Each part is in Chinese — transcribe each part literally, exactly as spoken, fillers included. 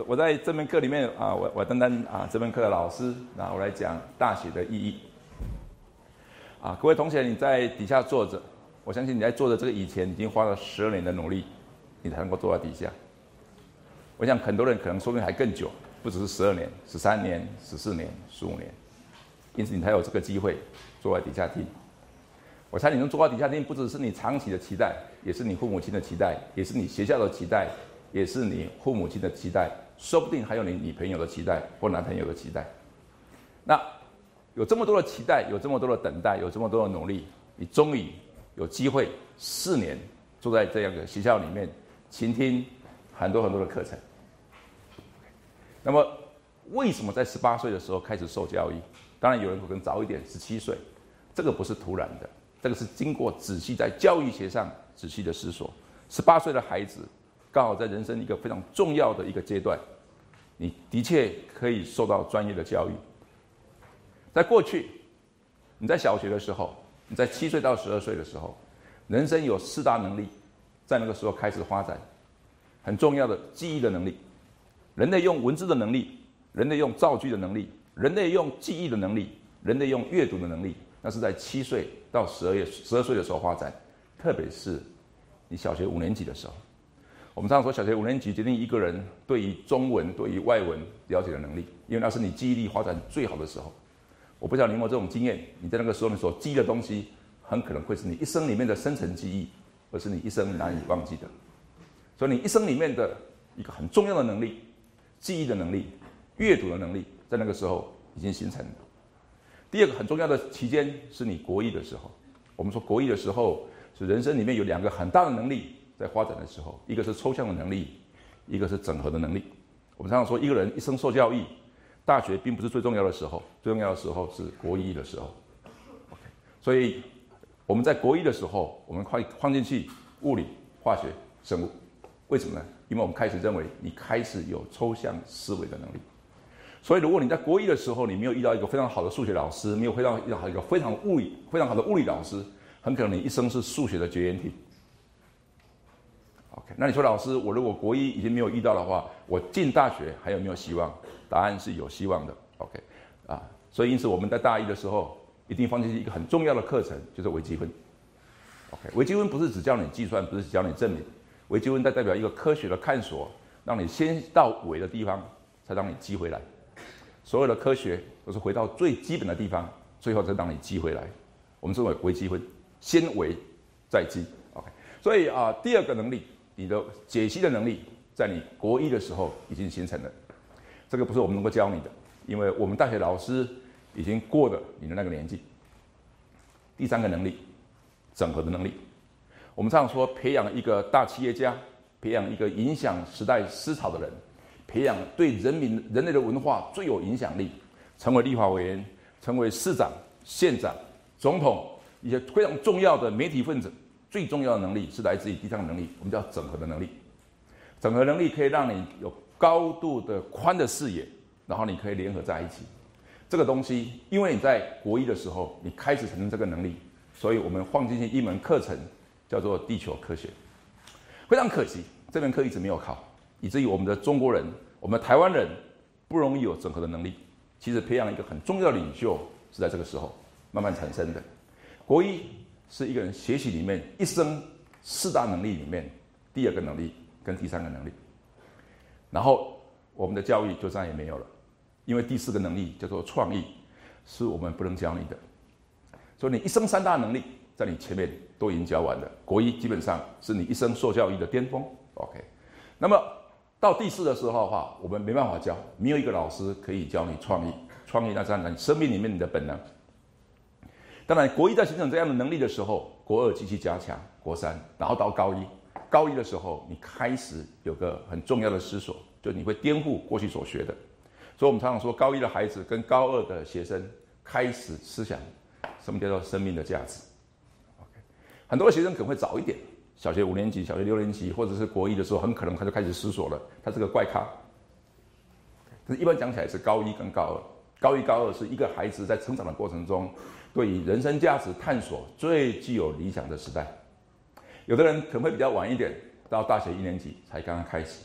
我我在这门课里面啊，我我担当啊这门课的老师，那我来讲大学的意义。啊，各位同学，你在底下坐着，我相信你在做的这个以前已经花了十二年的努力，你才能够坐到底下。我想很多人可能说不定还更久，不只是十二年、十三年、十四年、十五年，因此你才有这个机会坐在底下听。我猜你能坐到底下听，不只是你长期的期待，也是你父母亲的期待，也是你学校的期待，也是你父母亲的期待，说不定还有你女朋友的期待或男朋友的期待。那有这么多的期待，有这么多的等待，有这么多的努力，你终于有机会四年坐在这样的学校里面，倾听很多很多的课程。那么，为什么在十八岁的时候开始受教育？当然有人可能早一点，十七岁，这个不是突然的，这个是经过仔细在教育学上仔细的思索。十八岁的孩子刚好在人生一个非常重要的一个阶段，你的确可以受到专业的教育。在过去，你在小学的时候，你在七岁到十二岁的时候，人生有四大能力，在那个时候开始发展，很重要的记忆的能力，人类用文字的能力，人类用造句的能力，人类用记忆的能力，人类用阅读的能力，那是在七岁到十二月十二岁的时候发展，特别是你小学五年级的时候。我们常常说，小学五年级决定一个人对于中文、对于外文了解的能力，因为那是你记忆力发展最好的时候。我不知道你有没有这种经验，你在那个时候你所记忆的东西，很可能会是你一生里面的深层记忆，而是你一生难以忘记的。所以你一生里面的一个很重要的能力，记忆的能力、阅读的能力，在那个时候已经形成了。第二个很重要的期间是你国一的时候。我们说国一的时候是人生里面有两个很大的能力在发展的时候，一个是抽象的能力，一个是整合的能力。我们常常说，一个人一生受教育，大学并不是最重要的时候，最重要的时候是国一的时候。OK， 所以我们在国一的时候，我们放放进去物理、化学、生物，为什么呢？因为我们开始认为你开始有抽象思维的能力。所以，如果你在国一的时候，你没有遇到一个非常好的数学老师，没有遇到遇到一个非常物理、非常好的物理老师，很可能你一生是数学的绝缘体。OK， 那你说老师，我如果国一已经没有遇到的话，我进大学还有没有希望？答案是有希望的。OK， 啊，所以因此我们在大一的时候一定放进去一个很重要的课程，就是微积分。OK， 微积分不是只教你计算，不是只教你证明，微积分它代表一个科学的探索，让你先到尾的地方，才让你积回来。所有的科学都是回到最基本的地方，最后再让你积回来。我们称为微积分，先微再积。OK， 所以啊，第二个能力，你的解析的能力，在你国一的时候已经形成了。这个不是我们能够教你的，因为我们大学老师已经过了你的那个年纪。第三个能力，整合的能力。我们常常说，培养一个大企业家，培养一个影响时代思潮的人，培养对人民人类的文化最有影响力，成为立法委员，成为市长、县长、总统，一些非常重要的媒体分子。最重要的能力是来自于第三个能力，我们叫整合的能力。整合能力可以让你有高度的宽的视野，然后你可以联合在一起。这个东西，因为你在国一的时候，你开始产生这个能力，所以我们放进去一门课程，叫做地球科学。非常可惜，这门课一直没有考，以至于我们的中国人，我们的台湾人不容易有整合的能力。其实培养一个很重要的领袖是在这个时候慢慢产生的。国一是一个人学习里面一生四大能力里面第二个能力跟第三个能力。然后我们的教育就再也没有了，因为第四个能力叫做创意，是我们不能教你的。所以你一生三大能力在你前面都已经教完了，国一基本上是你一生受教育的巅峰。OK， 那么到第四的时候的话，我们没办法教，没有一个老师可以教你创意。创意那是你生命里面你的本能。当然，国一在形成这样的能力的时候，国二继续加强，国三，然后到高一。高一的时候，你开始有个很重要的思索，就是你会颠覆过去所学的。所以我们常常说，高一的孩子跟高二的学生开始思想什么叫做生命的价值。Okay， 很多的学生可能会早一点，小学五年级、小学六年级，或者是国一的时候，很可能他就开始思索了，他是个怪咖。但是一般讲起来是高一跟高二，高一高二是一个孩子在成长的过程中，对于人生价值探索最具有理想的时代。有的人可能会比较晚一点，到大学一年级才刚刚开始。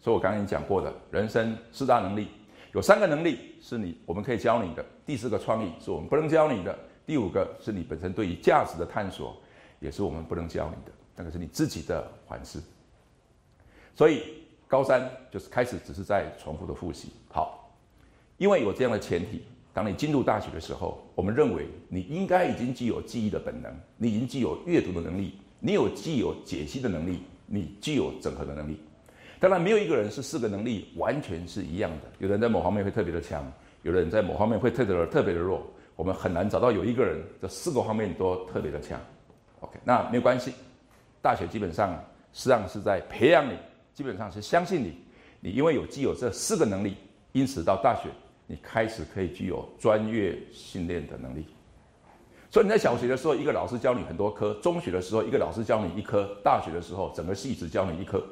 所以我刚刚已经讲过的，人生四大能力，有三个能力是你我们可以教你的，第四个创意是我们不能教你的，第五个是你本身对于价值的探索，也是我们不能教你的，那个是你自己的反思。所以高三就是开始只是在重复的复习。好，因为有这样的前提，当你进入大学的时候，我们认为你应该已经具有记忆的本能，你已经具有阅读的能力，你有具有解析的能力，你具有整合的能力。当然，没有一个人是四个能力完全是一样的。有的人在某方面会特别的强，有的人在某方面会特别的特别的弱。我们很难找到有一个人这四个方面都特别的强。OK， 那没有关系。大学基本上实际上是在培养你，基本上是相信你，你因为有具有这四个能力，因此到大学你开始可以具有专业训练的能力。所以你在小学的时候，一个老师教你很多科；中学的时候，一个老师教你一科；大学的时候，整个系只教你一科。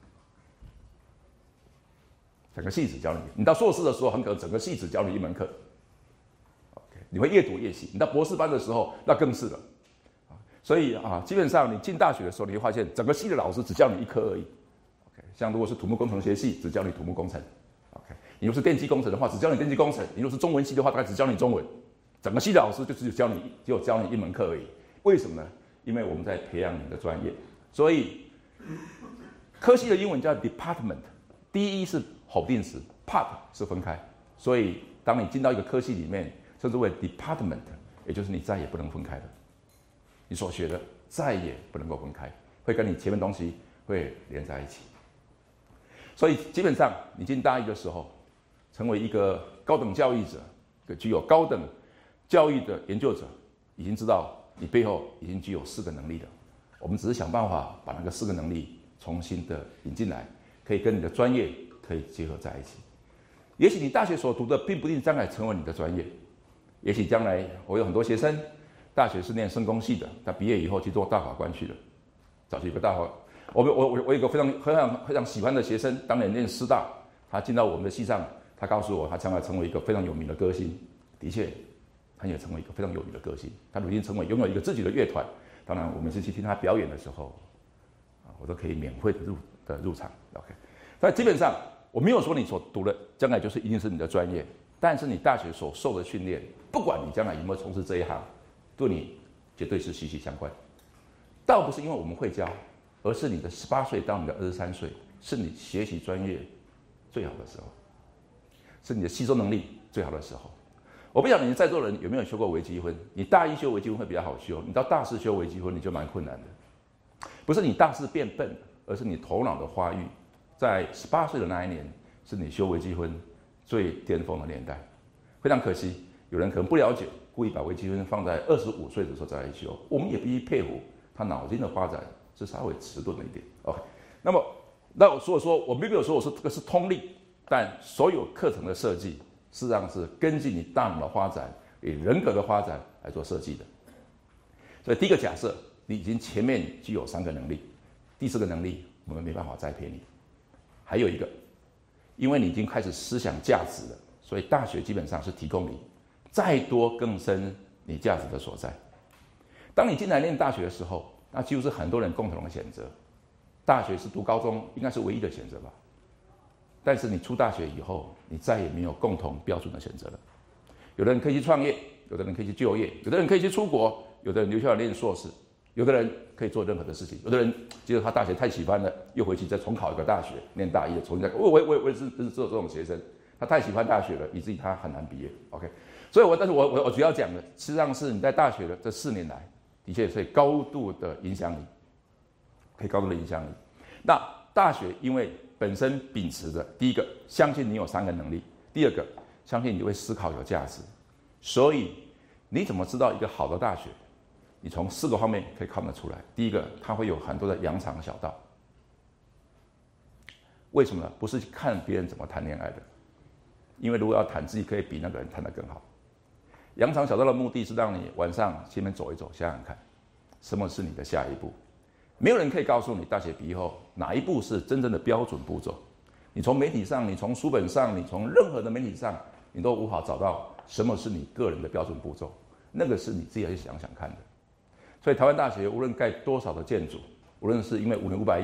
整个系只教你，你到硕士的时候，很可能整个系只教你一门课。OK， 你会越读越细。你到博士班的时候，那更是了。所以啊，基本上你进大学的时候，你会发现整个系的老师只教你一科而已。OK， 像如果是土木工程学系，只教你土木工程。OK， 你如果是电机工程的话，只教你电机工程；你如果是中文系的话，大概只教你中文。整个系的老师就只有教你，只有教你一门课而已。为什么呢？因为我们在培养你的专业。所以科系的英文叫 department， 第一是否定词 ，part 是分开，所以当你进到一个科系里面，称之为 department， 也就是你再也不能分开了。你所学的再也不能够分开，会跟你前面东西会连在一起。所以基本上你进大一的时候，成为一个高等教育者，一个具有高等教育的研究者，已经知道你背后已经具有四个能力了。我们只是想办法把那个四个能力重新的引进来，可以跟你的专业可以结合在一起。也许你大学所读的并不一定将来成为你的专业，也许将来我有很多学生，大学是念生工系的，他毕业以后去做大法官去了，找去一个大法。我我我我有一个非常非常非常喜欢的学生，当年念师大，他进到我们的系上，他告诉我，他将来成为一个非常有名的歌星。的确，他也成为一个非常有名的歌星，他如今成为拥有一个自己的乐团。当然，我每次去听他表演的时候，啊，我都可以免费的入的入场。OK， 但基本上我没有说你所读的将来就是一定是你的专业，但是你大学所受的训练，不管你将来有没有从事这一行，对你绝对是息息相关。倒不是因为我们会教，而是你的十八岁到你的二十三岁，是你学习专业最好的时候，是你的吸收能力最好的时候。我不晓得你在座的人有没有修过微积分？你大一修微积分会比较好修，你到大四修微积分你就蛮困难的。不是你大四变笨，而是你头脑的发育，在十八岁的那一年是你修微积分最巅峰的年代。非常可惜，有人可能不了解，故意把微积分放在二十五岁的时候再来修。我们也必须佩服他脑筋的发展是稍微迟钝了一点。OK， 那么那所以说我并没有说我说这个是通例，但所有课程的设计，事实上是根据你大脑的发展、以人格的发展来做设计的。所以第一个假设，你已经前面具有三个能力，第四个能力我们没办法栽培你。还有一个，因为你已经开始思想价值了，所以大学基本上是提供你再多更深你价值的所在。当你进来念大学的时候，那几乎是很多人共同的选择。大学是读高中，应该是唯一的选择吧。但是你出大学以后，你再也没有共同标准的选择了。有的人可以去创业，有的人可以去就业，有的人可以去出国，有的人留下来念硕士，有的人可以做任何的事情，有的人觉得他大学太喜欢了，又回去再重考一个大学，念大一的，重新再。我我我我也是是这种学生，他太喜欢大学了，以至于他很难毕业。OK， 所以我但是我我我主要讲的，实际上是你在大学的这四年来，的确可以高度的影响你，可以高度的影响你。那大学因为本身秉持的第一个，相信你有三个能力；第二个，相信你会思考有价值。所以你怎么知道一个好的大学？你从四个方面可以看得出来。第一个，它会有很多的羊肠小道。为什么呢？不是看别人怎么谈恋爱的，因为如果要谈，自己可以比那个人谈得更好。羊肠小道的目的是让你晚上前面走一走，想想看，什么是你的下一步。没有人可以告诉你大学毕业后哪一步是真正的标准步骤。你从媒体上，你从书本上，你从任何的媒体上，你都无法找到什么是你个人的标准步骤。那个是你自己要去想想看的。所以台湾大学无论盖多少的建筑，无论是因为五年五百亿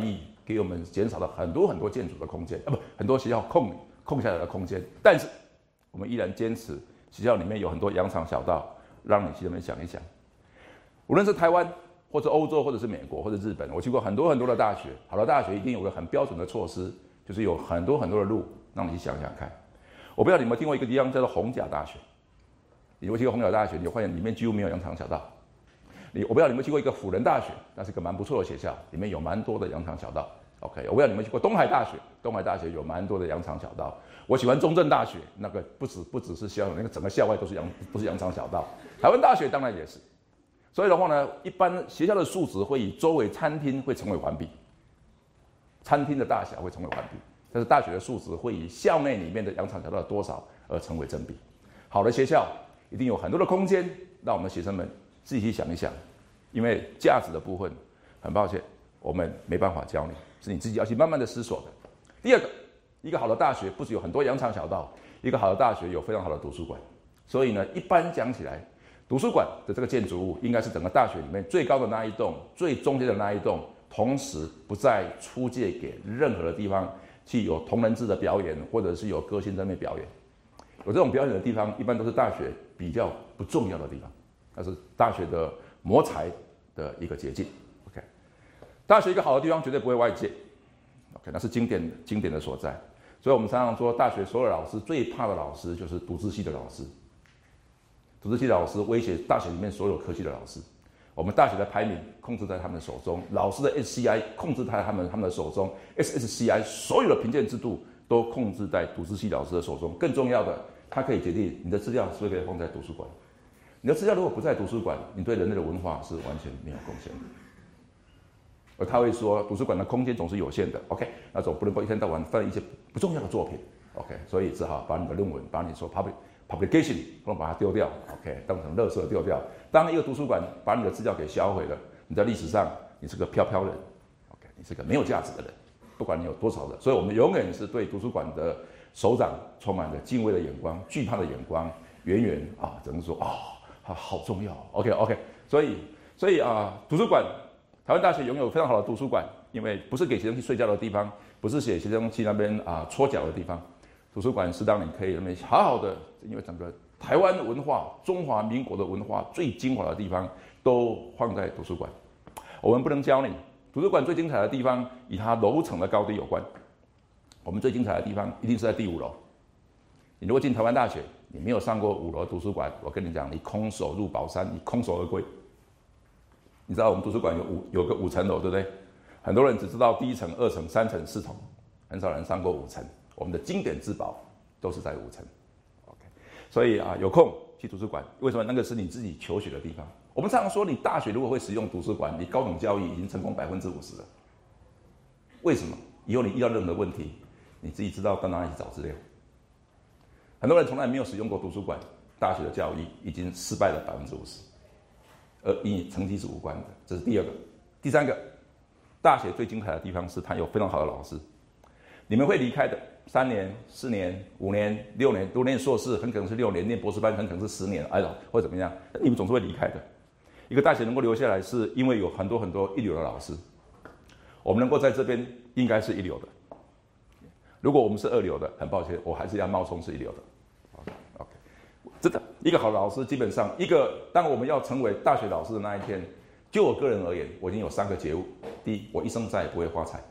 给我们减少了很多很多建筑的空间，啊不，很多学校空空下来的空间。但是我们依然坚持，学校里面有很多羊肠小道，让你去那边想一想。无论是台湾，或者欧洲，或者是美国，或者日本，我去过很多很多的大学。好的大学一定有个很标准的措施，就是有很多很多的路让你去想想看。我不知道你有没有听过一个地方叫做逢甲大学。你如果去过逢甲大学，你会发现里面几乎没有羊肠小道。你我不知道你有没有去过一个辅仁大学，那是个蛮不错的学校，里面有蛮多的羊肠小道。OK， 我不知道你有没有去过东海大学，东海大学有蛮多的羊肠小道。我喜欢中正大学，那个不止不只是校，那个整个校外都是羊都是羊肠小道。台湾大学当然也是。所以的话呢，一般学校的素质会以周围餐厅会成为环比，餐厅的大小会成为环比，但是大学的素质会以校内里面的羊肠小道的多少而成为正比。好的学校一定有很多的空间，让我们的学生们自己去想一想，因为价值的部分，很抱歉，我们没办法教你，是你自己要去慢慢的思索的。第二个，一个好的大学不只有很多羊肠小道，一个好的大学有非常好的图书馆，所以呢，一般讲起来。图书馆的这个建筑物应该是整个大学里面最高的那一栋，最中间的那一栋，同时不再出借给任何的地方去有同人志的表演，或者是有歌星在那边表演。有这种表演的地方，一般都是大学比较不重要的地方，那是大学的谋财的一个捷径。OK， 大学一个好的地方绝对不会外借。OK， 那是经典经典的所在。所以我们常常说，大学所有的老师最怕的老师就是读资系的老师。读资系的老师威胁大学里面所有科系的老师，我们大学的排名控制在他们的手中，老师的 S C I 控制在他们他们的手中 ，S S C I 所有的评鉴制度都控制在读资系老师的手中。更重要的，他可以决定你的资料是不是可以放在图书馆。你的资料如果不在图书馆，你对人类的文化是完全没有贡献的。而他会说，图书馆的空间总是有限的 ，OK， 那总不能够一天到晚翻一些不重要的作品 ，OK， 所以只好把你的论文，把你说 public。publication 不能把它丢掉 ，OK， 当成垃圾丢掉。当一个图书馆把你的资料给销毁了，你在历史上你是个飘飘人 ，OK， 你是个没有价值的人，不管你有多少的。所以我们永远是对图书馆的首长充满着敬畏的眼光、惧怕的眼光，远远啊，只能说啊，它好重要 ，OK OK。所以所以啊，图书馆，台湾大学拥有非常好的图书馆，因为不是给学生去睡觉的地方，不是给学生去那边啊搓脚的地方。图书馆是让你可以那边好好的，因为整个台湾文化、中华民国的文化最精华的地方都放在图书馆。我们不能教你，图书馆最精彩的地方与它楼层的高低有关。我们最精彩的地方一定是在第五楼。你如果进台湾大学，你没有上过五楼图书馆，我跟你讲，你空手入宝山，你空手而归。你知道我们图书馆有五有个五层楼，对不对？很多人只知道第一层、二层、三层、四层，很少人上过五层。我们的经典之宝都是在五层 ，OK， 所以啊，有空去图书馆，为什么？那个是你自己求学的地方。我们常常说，你大学如果会使用图书馆，你高等教育已经成功百分之五十了。为什么？以后你遇到任何问题，你自己知道到哪里去找资料。很多人从来没有使用过图书馆，大学的教育已经失败了百分之五十，而与你成绩是无关的。这是第二个。第三个，大学最精彩的地方是它有非常好的老师。你们会离开的，三年、四年、五年、六年，读念硕士很可能是六年，念博士班很可能是十年，哎，或者怎么样，你们总是会离开的。一个大学能够留下来，是因为有很多很多一流的老师。我们能够在这边，应该是一流的。如果我们是二流的，很抱歉，我还是要冒充是一流的。OK， 真的，一个好的老师，基本上一个，当我们要成为大学老师的那一天，就我个人而言，我已经有三个觉悟：第一，我一生再也不会发财。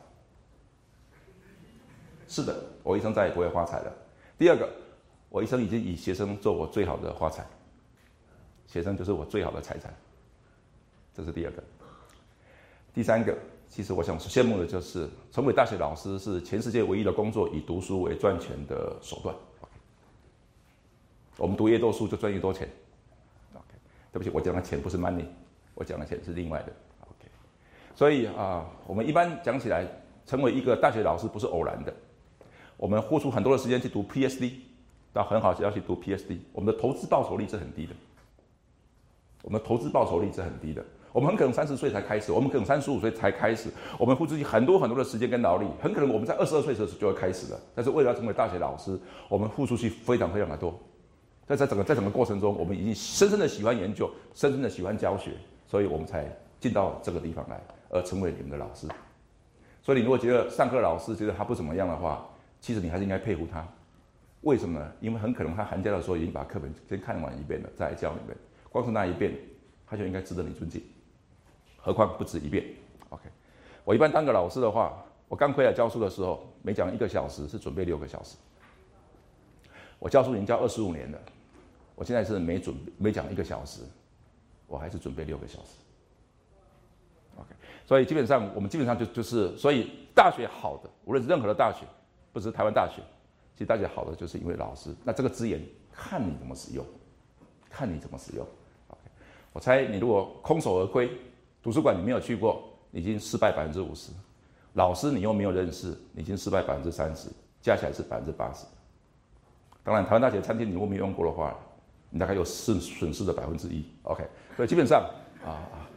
是的，我一生再也不会发财了。第二个，我一生已经以学生做我最好的发财，学生就是我最好的财产，这是第二个。第三个，其实我想羡慕的就是，成为大学老师是全世界唯一的工作以读书为赚钱的手段。我们读越多书就赚越多钱。OK， 对不起，我讲的钱不是 money， 我讲的钱是另外的。OK， 所以啊、呃，我们一般讲起来，成为一个大学老师不是偶然的。我们付出很多的时间去读 P S D， 到很好学校去读 P S D， 我们的投资报酬率是很低的。我们的投资报酬率是很低的。我们很可能三十岁才开始，我们可能三十五岁才开始，我们付出去很多很多的时间跟劳力，很可能我们在二十二岁的时候就会开始了。但是为了要成为大学老师，我们付出去非常非常的多。在在整个在整个过程中，我们已经深深的喜欢研究，深深的喜欢教学，所以我们才进到这个地方来，而成为你们的老师。 所以你如果觉得上课老师觉得他不怎么样的话，其实你还是应该佩服他。为什么呢？因为很可能他寒假的时候已经把课本先看完一遍了，再来教你们。光是那一遍，他就应该值得你尊敬，何况不止一遍。OK， 我一般当个老师的话，我刚回来教书的时候，每讲一个小时是准备六个小时。我教书已经教二十五年了，我现在是每准每讲一个小时，我还是准备六个小时。OK， 所以基本上我们基本上就就是，所以大学好的，无论是任何的大学，不只是台湾大学。其实大学好的就是因为老师，那这个资源看你怎么使用，看你怎么使用。OK， 我猜你如果空手而归，图书馆你没有去过，你已经失败百分之五十；老师你又没有认识，你已经失败百分之三十，加起来是百分之八十。当然，台湾大学餐厅你如果没用过的话，你大概有损损失的百分之一。OK， 所以基本上啊啊，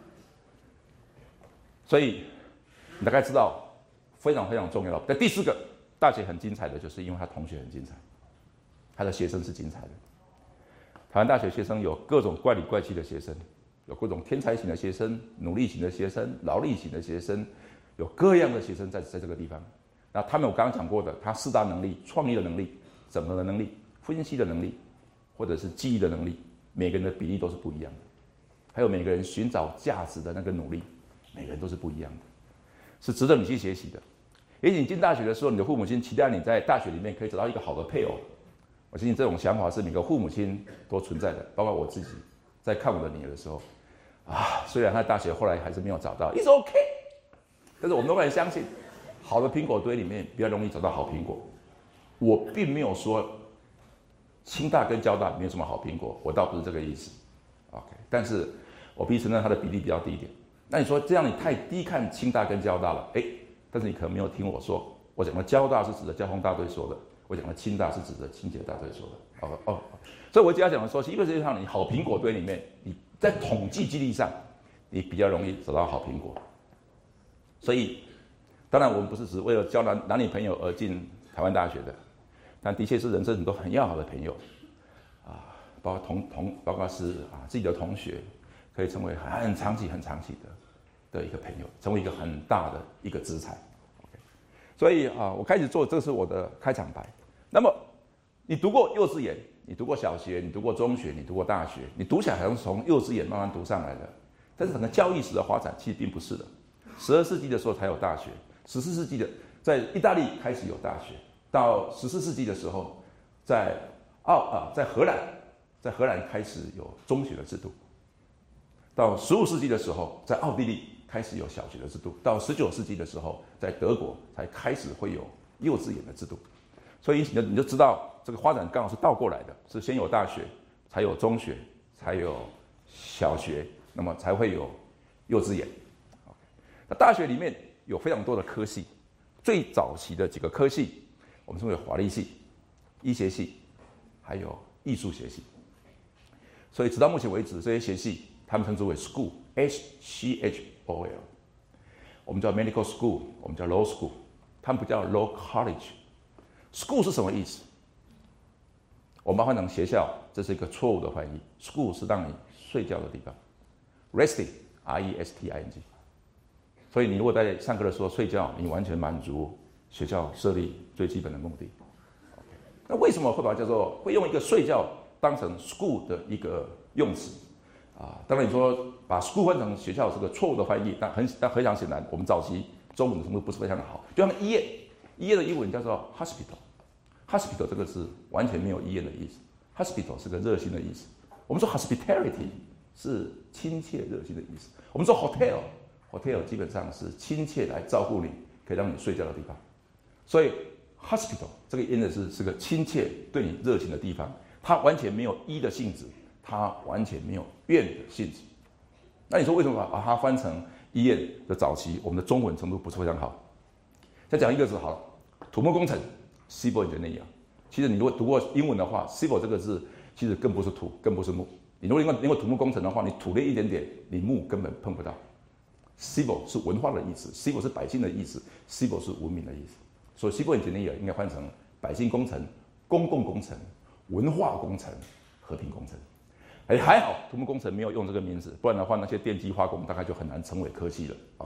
所以你大概知道非常非常重要的。在第四个。大学很精彩的，就是因为他同学很精彩，他的学生是精彩的。台湾大学学生有各种怪里怪气的学生，有各种天才型的学生、努力型的学生、劳力型的学生，有各样的学生在在这个地方。那他们我刚刚讲过的，他四大能力：创意的能力、整合的能力、分析的能力，或者是记忆的能力，每个人的比例都是不一样的。还有每个人寻找价值的那个努力，每个人都是不一样的，是值得你去学习的。也许你进大学的时候，你的父母亲期待你在大学里面可以找到一个好的配偶。我相信这种想法是每个父母亲都存在的，包括我自己在看我的女儿的时候，啊，虽然她大学后来还是没有找到 ，it's OK， 但是我们都很相信，好的苹果堆里面比较容易找到好苹果。我并没有说清大跟交大没有什么好苹果，我倒不是这个意思 ，OK， 但是我必须承认它的比例比较低一点。那你说这样你太低看清大跟交大了，哎。但是你可能没有听我说，我讲的交大是指的交通大队说的，我讲的清大是指的清洁大队说的。哦哦，所以我只要讲的说，基本上你好苹果堆里面，你在统计几率上，你比较容易找到好苹果。所以，当然我们不是只为了交男男女朋友而进台湾大学的，但的确是人生很多很要好的朋友，啊，包括同同，包括是啊自己的同学，可以成为很长期、很长期的。的一个朋友，成为一个很大的一个资产。OK， 所以啊，我开始做，这是我的开场白。那么，你读过幼稚园，你读过小学，你读过中学，你读过大学，你读起来好像是从幼稚园慢慢读上来的。但是整个教育史的发展其实并不是的。十二世纪的时候才有大学，十四世纪的在意大利开始有大学，到十四世纪的时候，在澳啊，在荷兰，在荷兰开始有中学的制度。到十五世纪的时候，在奥地利开始有小学的制度，到十九世纪的时候，在德国才开始会有幼稚园的制度。所以你就你就知道这个发展刚好是倒过来的，是先有大学，才有中学，才有小学，那么才会有幼稚园。那大学里面有非常多的科系，最早期的几个科系，我们称为法律系、医学系，还有艺术学系。所以直到目前为止，这些学系他们称之为 school，S C H O L。我们叫 medical school， 我们叫 law school， 他们不叫 law college。school 是什么意思？我们把它换成学校，这是一个错误的翻译。school 是让你睡觉的地方 ，resting R E S T I N G。所以你如果在上课的时候睡觉，你完全满足学校设立最基本的目的。Okay. 那为什么会把它叫做会用一个睡觉当成 school 的一个用词啊？当然你说把 school 换成学校是个错误的翻译，但很但非常显然，我们早期中文的程度不是非常的好。就像医院，医院的英文叫做 hospital，hospital 这个字完全没有医院的意思 ，hospital 是个热心的意思。我们说 hospitality 是亲切热心的意思。我们说 hotel。hotel 基本上是亲切来照顾你，可以让你睡觉的地方。所以 hospital 这个音的是是个亲切对你热情的地方，它完全没有医的性质，它完全没有院的性质。那你说为什么把它翻成医院的早期？我们的中文程度不是非常好。再讲一个字好了，土木工程 civil engineer。其实你如果读过英文的话 ，civil 这个字其实更不是土，更不是木。你如果因为因为土木工程的话，你土了一点点，你木根本碰不到。civil 是文化的意思 ，civil 是百姓的意思 ，civil 是文明的意思。所以 civil engineer 应该换成百姓工程、公共工程、文化工程、和平工程。哎，还好土木工程没有用这个名字，不然的话那些电机化工大概就很难成为科技了。OK，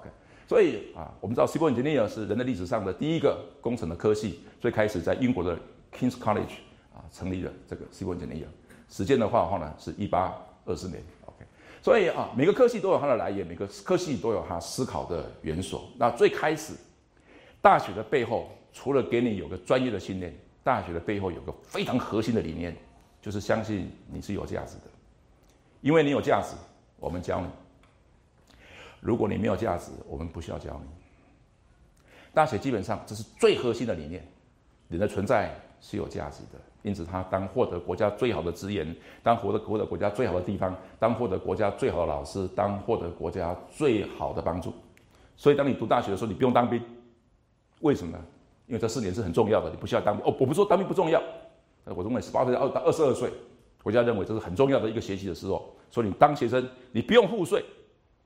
所以啊，我们知道 Civil Engineer 是人类历史上的第一个工程的科系，最开始在英国的 King's College 啊成立了这个 Civil Engineer。时间的话的话呢，是一八二四年。OK， 所以啊，每个科系都有它的来源，每个科系都有它思考的元素。那最开始，大学的背后，除了给你有个专业的训练，大学的背后有个非常核心的理念，就是相信你是有价值的，因为你有价值，我们教你。如果你没有价值，我们不需要教你。大学基本上这是最核心的理念，人的存在是有价值的，因此他当获得国家最好的资源，当获得获得国家最好的地方，当获得国家最好的老师，当获得国家最好的帮助。所以当你读大学的时候，你不用当兵，为什么呢？因为这四年是很重要的，你不需要当兵。哦，我不是说当兵不重要，我认为十八岁到二十二岁，国家认为这是很重要的一个学习的时候，所以你当学生，你不用付税。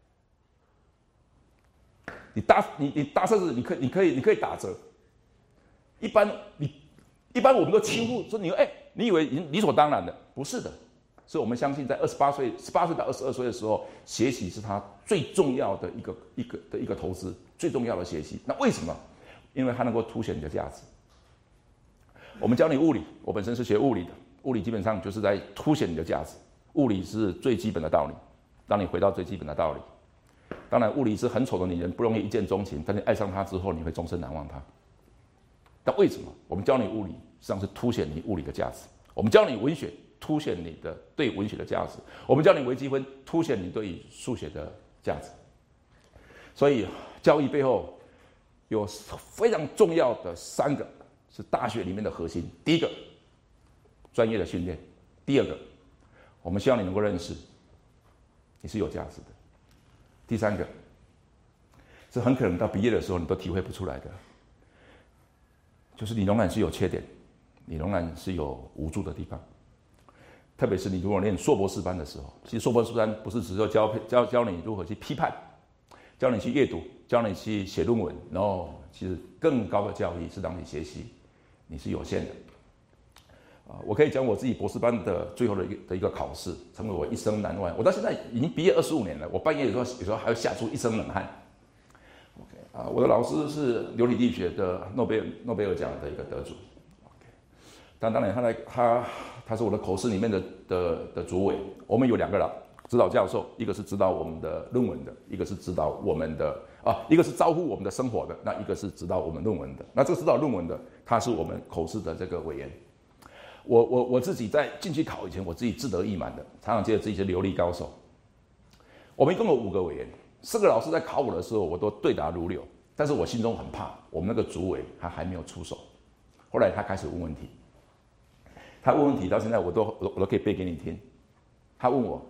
你搭你你搭车子，你可以你可以你可以打折。一般你一般我们都轻忽说你哎、欸，你以为理所当然的，不是的，是我们相信在二十八岁十八岁到二十二岁的时候，学习是他最重要的一个一个的一个投资，最重要的学习。那为什么？因为它能够凸显你的价值。我们教你物理，我本身是学物理的，物理基本上就是在凸显你的价值。物理是最基本的道理，当你回到最基本的道理。当然，物理是很丑的女人，不容易一见钟情，但你爱上她之后，你会终身难忘她。但为什么？我们教你物理，实际上是凸显你物理的价值；我们教你文学，凸显你的对文学的价值；我们教你微积分，凸显你对数学的价值。所以，教育背后有非常重要的三个是大学里面的核心：第一个，专业的训练；第二个，我们希望你能够认识你是有价值的。第三个，是很可能到毕业的时候你都体会不出来的，就是你仍然是有缺点，你仍然是有无助的地方。特别是你如果念硕博士班的时候，其实硕博士班不是只是教教教你如何去批判，教你去阅读，教你去写论文，然后其实更高的教育是让你学习，你是有限的。啊，我可以讲我自己博士班的最后的一个的一个考试，成为我一生难忘。我到现在已经毕业二十五年了，我半夜有时候有时候还会吓出一身冷汗。OK 啊，我的老师是流体力学的诺贝尔诺贝尔奖的一个得主。OK， 但当然他在他他是我的口试里面的的的主委。我们有两个老指导教授，一个是指导我们的论文的，一个是指导我们的啊，一个是招呼我们的生活的，那一个是指导我们论文的。那这个指导论文的，他是我们口试的这个委员。我我我自己在进去考以前，我自己自得意满的，常常觉得自己是流利高手。我们一共有五个委员，四个老师在考我的时候，我都对答如流，但是我心中很怕，我们那个主委他还没有出手。后来他开始问问题，他问问题到现在我都我都可以背给你听。他问我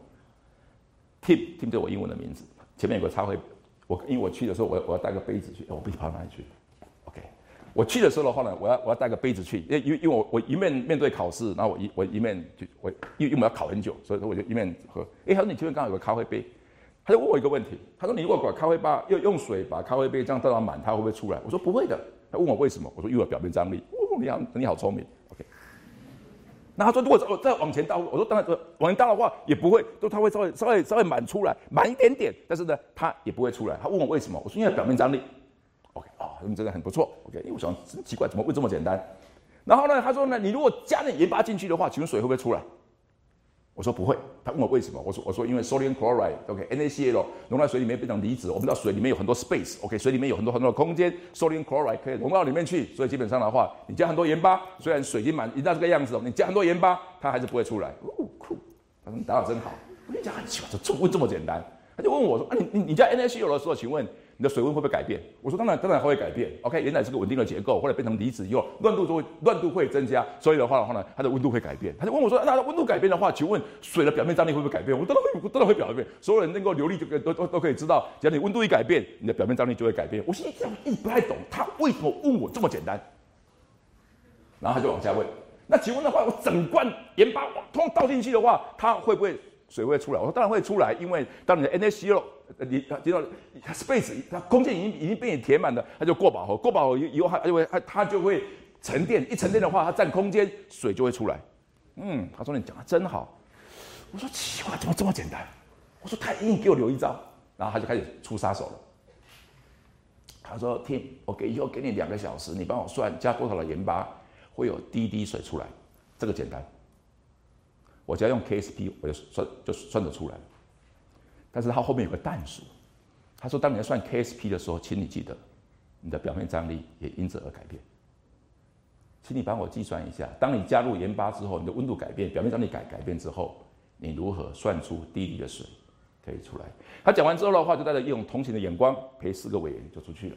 ，Tim Tim 就是我英文的名字，前面有个插会，我因为我去的时候，我我要带个杯子去，我杯子跑到哪里去 ？OK。我去的时候的话呢，我要我要带个杯子去，因为因为因为我我一面面对考试，然后我一我一面就我因为我们要考很久，所以说我就一面喝。哎，他说你前面刚好有个咖啡杯，他就问我一个问题，他说你如果把咖啡吧用用水把咖啡杯这样倒到满，它会不会出来？我说不会的。他问我为什么？我说因为表面张力。哦，你好你好聪明 ，OK。那他说如果我再往前倒，我说当然往前倒的话也不会，都它会稍微稍微稍微满出来，满一点点，但是呢它也不会出来。他问我为什么？我说因为表面张力。OK， 哦，你真的很不错。OK， 因为我想真奇怪，怎么会这么简单？然后呢，他说呢，你如果加点盐巴进去的话，请问水会不会出来？我说不会。他问我为什么？我说我说因为 sodium chloride，OK，N A C L 溶在水里面变成离子。我们知道水里面有很多 space，OK， 水里面有很多很多的空间 ，sodium chloride 可以溶到里面去。所以基本上的话，你加很多盐巴，虽然水已经满已经到这个样子哦，你加很多盐巴，它还是不会出来。哦，酷！他说你答得真好。我跟你讲很奇怪，怎么问这么简单？他就问我说啊，你你你加 N A C L 的时候，请问你的水温会不会改变？我说当然，当然会改变。OK， 原来是个稳定的结构，后来变成离子以后，乱度就会乱度会增加，所以的话的话呢，它的温度会改变。他就问我说，那温度改变的话，请问水的表面张力会不会改变？我当然会，我当然会表变。所有人能够流利就都都都可以知道，只要你温度一改变，你的表面张力就会改变。我心里这样一直不太懂，他为什么问我这么简单？然后他就往下问，那请问的话，我整罐盐巴通倒进去的话，它会不会水会出来？我说当然会出来，因为当你的 N A C L 你知道 space 它空间已经已经被你填满了，它就过饱和，过饱和以后它就会它它就会沉淀，一沉淀的话，它占空间，水就会出来。嗯，他说你讲的真好。我说奇怪，怎么这么简单？我说他硬给我留一招，然后他就开始出杀手了。 他说 ：“Tim， 我给以后给你两个小时，你帮我算加多少的盐巴，会有第一滴水出来，这个简单。我只要用 K S P， 我就算就算得出来。但是他后面有个但数，他说，当你在算 K S P 的时候，请你记得，你的表面张力也因此而改变。请你帮我计算一下，当你加入盐巴之后，你的温度改变，表面张力改改变之后，你如何算出第一滴的水？”可以出来。他讲完之后的话，就带着一种同情的眼光，陪四个委员就出去了。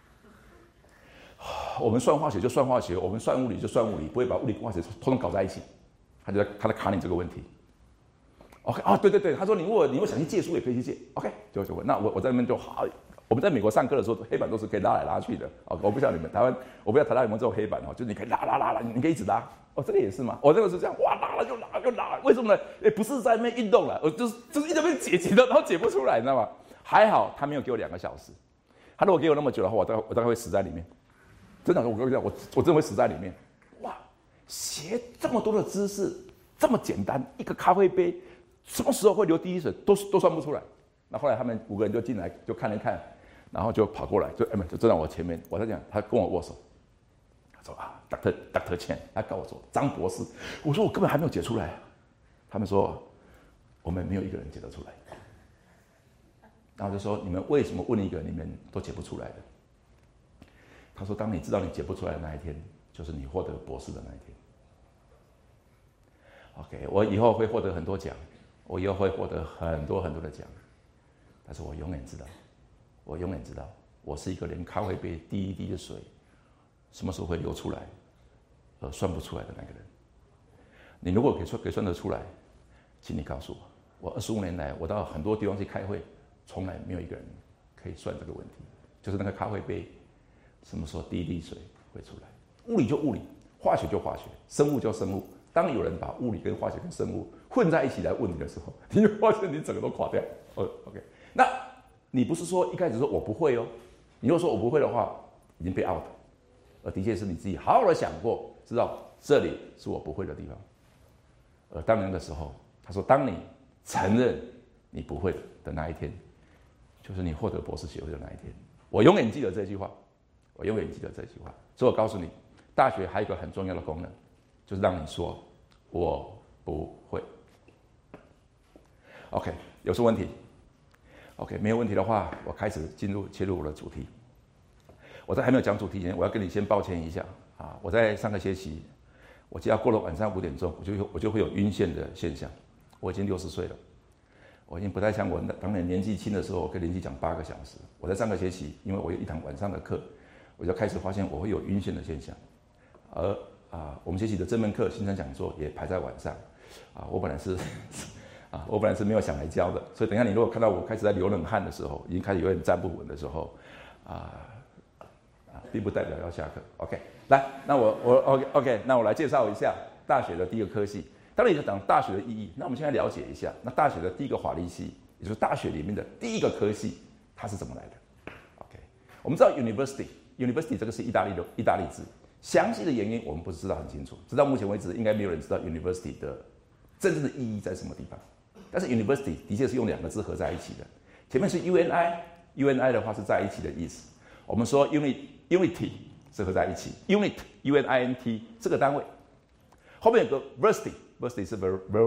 我们算化学就算化学，我们算物理就算物理，不会把物理跟化学统统搞在一起。他就在他在卡你这个问题。OK 啊，对对对，他说你如果你如果想去借书也可以去借。OK， 就就问那我我在那边就好。我们在美国上课的时候，黑板都是可以拉来拉去的。哦，我不晓得你们台湾，我不知道台湾有没有这种黑板哦，就是你可以拉拉拉拉，你可以一直拉。哦，这个也是吗？我、哦、这个是这样，哇，拉了就拉就拉，为什么呢？哎，不是在那边运动了，我就是就是一直被解解的，然后解不出来，你知道吗？还好他没有给我两个小时，他如果给我那么久的话，我大概我大概会死在里面。真的，我跟你讲，我我真的会死在里面。哇，学这么多的知识，这么简单，一个咖啡杯，什么时候会流第一水，都都算不出来。那后来他们五个人就进来，就看了看，然后就跑过来，就哎，就站在我前面，我在讲，他跟我握手。说啊 ，Doctor Doctor Chen， 他告诉我张博士，我说我根本还没有解出来。他们说我们没有一个人解得出来。然后就说你们为什么问一个你们都解不出来的？他说当你知道你解不出来的那一天，就是你获得博士的那一天。OK， 我以后会获得很多奖，我以后会获得很多很多的奖，但是我永远知道，我永远知道，我是一个连咖啡杯第一滴的水什么时候会流出来，而算不出来的那个人。你如果可以算可以算得出来，请你告诉我，我二十五年来，我到很多地方去开会，从来没有一个人可以算这个问题，就是那个咖啡杯什么时候第一滴水会出来。物理就物理，化学就化学，生物就生物。当有人把物理跟化学跟生物混在一起来问你的时候，你会发现你整个都垮掉。哦 ，OK， 那你不是说一开始说我不会哦？你如果说我不会的话，已经被 out。而的确是你自己好好的想过，知道这里是我不会的地方。而当年的时候，他说，当你承认你不会的那一天，就是你获得博士学位的那一天。我永远记得这句话，我永远记得这句话。所以我告诉你，大学还有一个很重要的功能，就是让你说我不会。OK， 有什么问题 ？OK， 没有问题的话，我开始进入切入我的主题。我在还没有讲主题前，我要跟你先抱歉一下啊！我在上个学期，我只要过了晚上五点钟，我就我就会有晕眩的现象。我已经六十岁了，我已经不太像我当年年纪轻的时候，我可以连续讲八个小时。我在上个学期，因为我有一堂晚上的课，我就开始发现我会有晕眩的现象。而啊，我们学习的这门课新生讲座也排在晚上啊，我本来是啊，我本来是没有想来教的，所以等一下你如果看到我开始在流冷汗的时候，已经开始有点站不稳的时候啊。并不代表要下课 ，OK， 来，那我我 OK OK， 那我来介绍一下大学的第一个科系。当然也讲大学的意义，那我们现在了解一下，那大学的第一个法律系，也就是大学里面的第一个科系，它是怎么来的 ？OK， 我们知道 University University 这个是意大利的意大利字，详细的原因我们不知道很清楚，直到目前为止，应该没有人知道 University 的真正的意义在什么地方。但是 University 的确是用两个字合在一起的，前面是 U N I，U N I 的话是在一起的意思。我们说 unit unity 是合在一起 ，unit U N I N T 这个单位，后面有个 versity，versity 是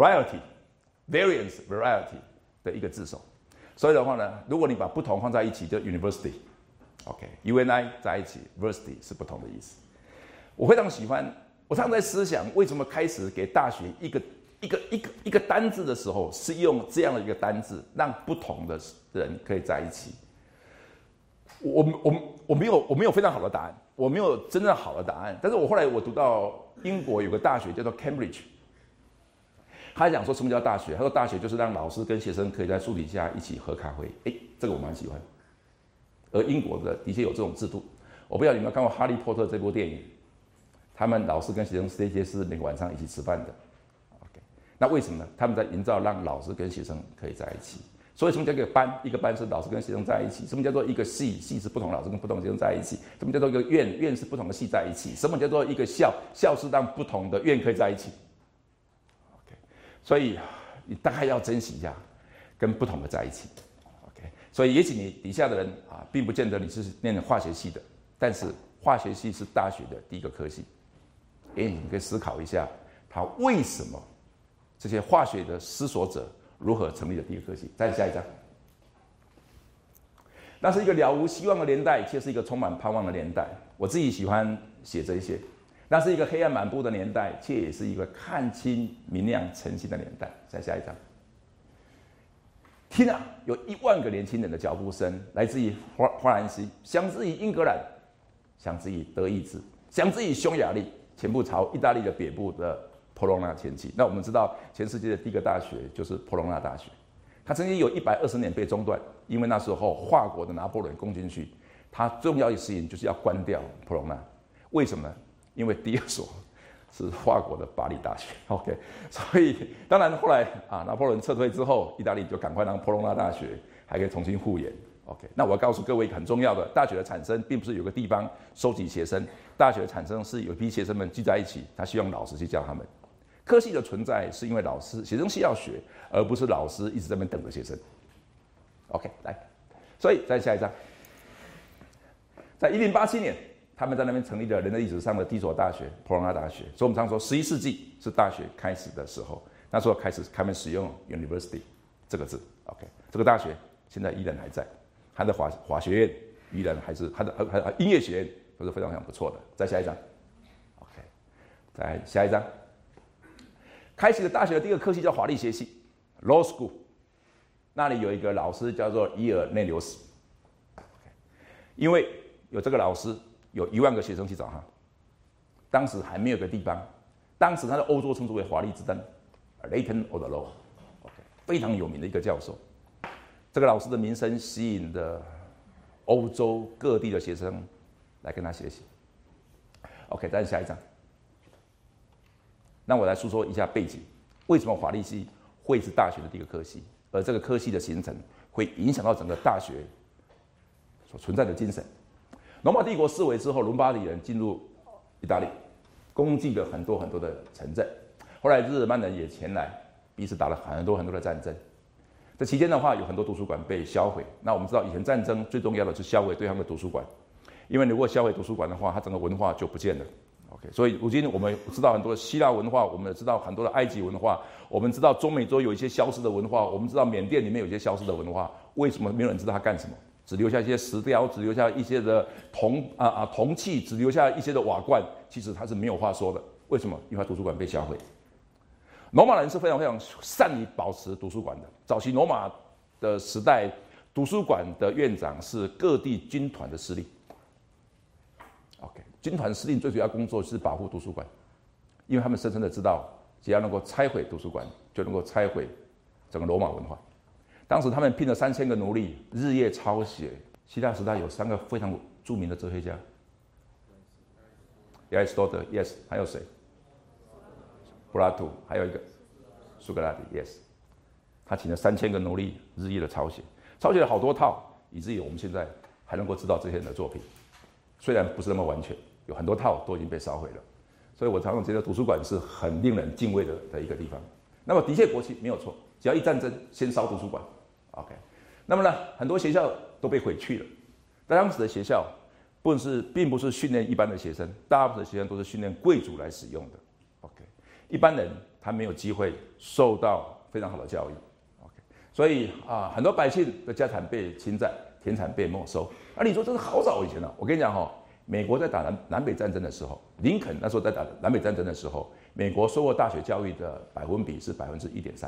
variety，variance variety 的一个字首。所以的话呢，如果你把不同放在一起，就 university。OK，U N I 在一起 ，versity 是不同的意思。我非常喜欢，我常常在思想，为什么开始给大学一个一个一个一个单字的时候，是用这样的一个单字，让不同的人可以在一起。我我我没有我没有非常好的答案，我没有真正好的答案。但是我后来我读到英国有个大学叫做 Cambridge， 他讲说什么叫大学？他说大学就是让老师跟学生可以在树底下一起喝咖啡。哎，这个我蛮喜欢。而英国的的确有这种制度。我不知道你有没有看过《哈利波特》这部电影，他们老师跟学生这些是每个晚上一起吃饭的。OK， 那为什么呢？他们在营造让老师跟学生可以在一起。所以什么叫一个班？一个班是老师跟学生在一起。什么叫做一个系？系是不同老师跟不同学生在一起。什么叫做一个院？院是不同的系在一起。什么叫做一个校？校是让不同的院可以在一起。OK， 所以你大概要珍惜一下跟不同的在一起。OK， 所以也许你底下的人啊，并不见得你是念化学系的，但是化学系是大学的第一个科系，也许你可以思考一下，他为什么这些化学的思索者如何成立的第一个科系。再下一章。那是一个了无希望的年代，却是一个充满盼望的年代。我自己喜欢写这些。那是一个黑暗满布的年代，却也是一个看清明亮晨曦的年代。再下一章。听啊，有一万个年轻人的脚步声，来自于花花兰西，响自于英格兰，响自于德意志，响自于匈牙利，全部朝意大利的北部的波隆纳前进。那我们知道，全世界的第一个大学就是波隆纳大学。它曾经有一百二十年被中断，因为那时候法国的拿破仑攻进去，他重要的事情就是要关掉波隆纳。为什么呢？因为第二所是法国的巴黎大学 ，OK， 所以当然后来啊，拿破仑撤退之后，意大利就赶快让波隆纳大学还可以重新复原 ，OK。那我要告诉各位一个很重要的，大学的产生并不是有个地方收集学生，大学的产生是有一批学生们聚在一起，他希望老师去教他们。科系的存在是因为老师学生需要学，而不是老师一直在那边等着学生。OK， 来，所以再下一章，在一零八七年。他们在那边成立了人类历史上的第一所大学——波隆纳大学。所以我们常说，十一世纪是大学开始的时候，那时候开始他们使用 “university” 这个字。OK， 这个大学现在依然还在，它的法法学院依然还是它的还还音乐学院都是非常非常不错的。再下一章 ，OK， 再下一章，开启了大学的第一个科系叫法律学系 （Law School）， 那里有一个老师叫做伊尔内留斯， okay， 因为有这个老师。有一万个学生去找他，当时还没有个地方，当时他在欧洲称之为法律之灯 （Latin of the Law）， 非常有名的一个教授。这个老师的名声吸引了欧洲各地的学生来跟他学习。OK， 再下一章，让我来诉说一下背景：为什么法律系会是大学的第一个科系，而这个科系的形成会影响到整个大学所存在的精神。罗马帝国失为之后，伦巴第人进入意大利，攻击了很多很多的城镇。后来日耳曼人也前来，彼此打了很多很多的战争。这期间的话，有很多图书馆被销毁。那我们知道，以前战争最重要的是销毁对方的图书馆，因为如果销毁图书馆的话，它整个文化就不见了。OK， 所以如今我们知道很多希腊文化，我们也知道很多的埃及文化，我们知道中美洲有一些消失的文化，我们知道缅甸里面有一些消失的文化。为什么没有人知道它干什么？只留下一些石雕，只留下一些的铜啊啊铜器，只留下一些的瓦罐，其实它是没有话说的。为什么？因为它图书馆被销毁。罗马人是非常非常善于保持图书馆的。早期罗马的时代，图书馆的院长是各地军团的司令。OK， 军团司令最主要工作是保护图书馆，因为他们深深的知道，只要能够拆毁图书馆，就能够拆毁整个罗马文化。当时他们聘了三千个奴隶，日夜抄写。希腊时代有三个非常著名的哲学家，亚里士多德 ，yes， 还有谁？柏拉图，还有一个苏格拉底 ，yes。他请了三千个奴隶，日夜的抄写，抄写了好多套，以至于我们现在还能够知道这些人的作品。虽然不是那么完全，有很多套都已经被烧毁了。所以我常常觉得图书馆是很令人敬畏的的一个地方。那么的确，国旗没有错，只要一战争，先烧图书馆。OK， 那么呢，很多学校都被毁去了。在当时的学校，不是并不是训练一般的学生，大部分的学生都是训练贵族来使用的。OK， 一般人他没有机会受到非常好的教育。OK， 所以啊，很多百姓的家产被侵占，田产被没收。啊，你说这是好早以前了、啊。我跟你讲哈、哦，美国在打南南北战争的时候，林肯那时候在打南北战争的时候，美国受过大学教育的百分比是百分之一点三。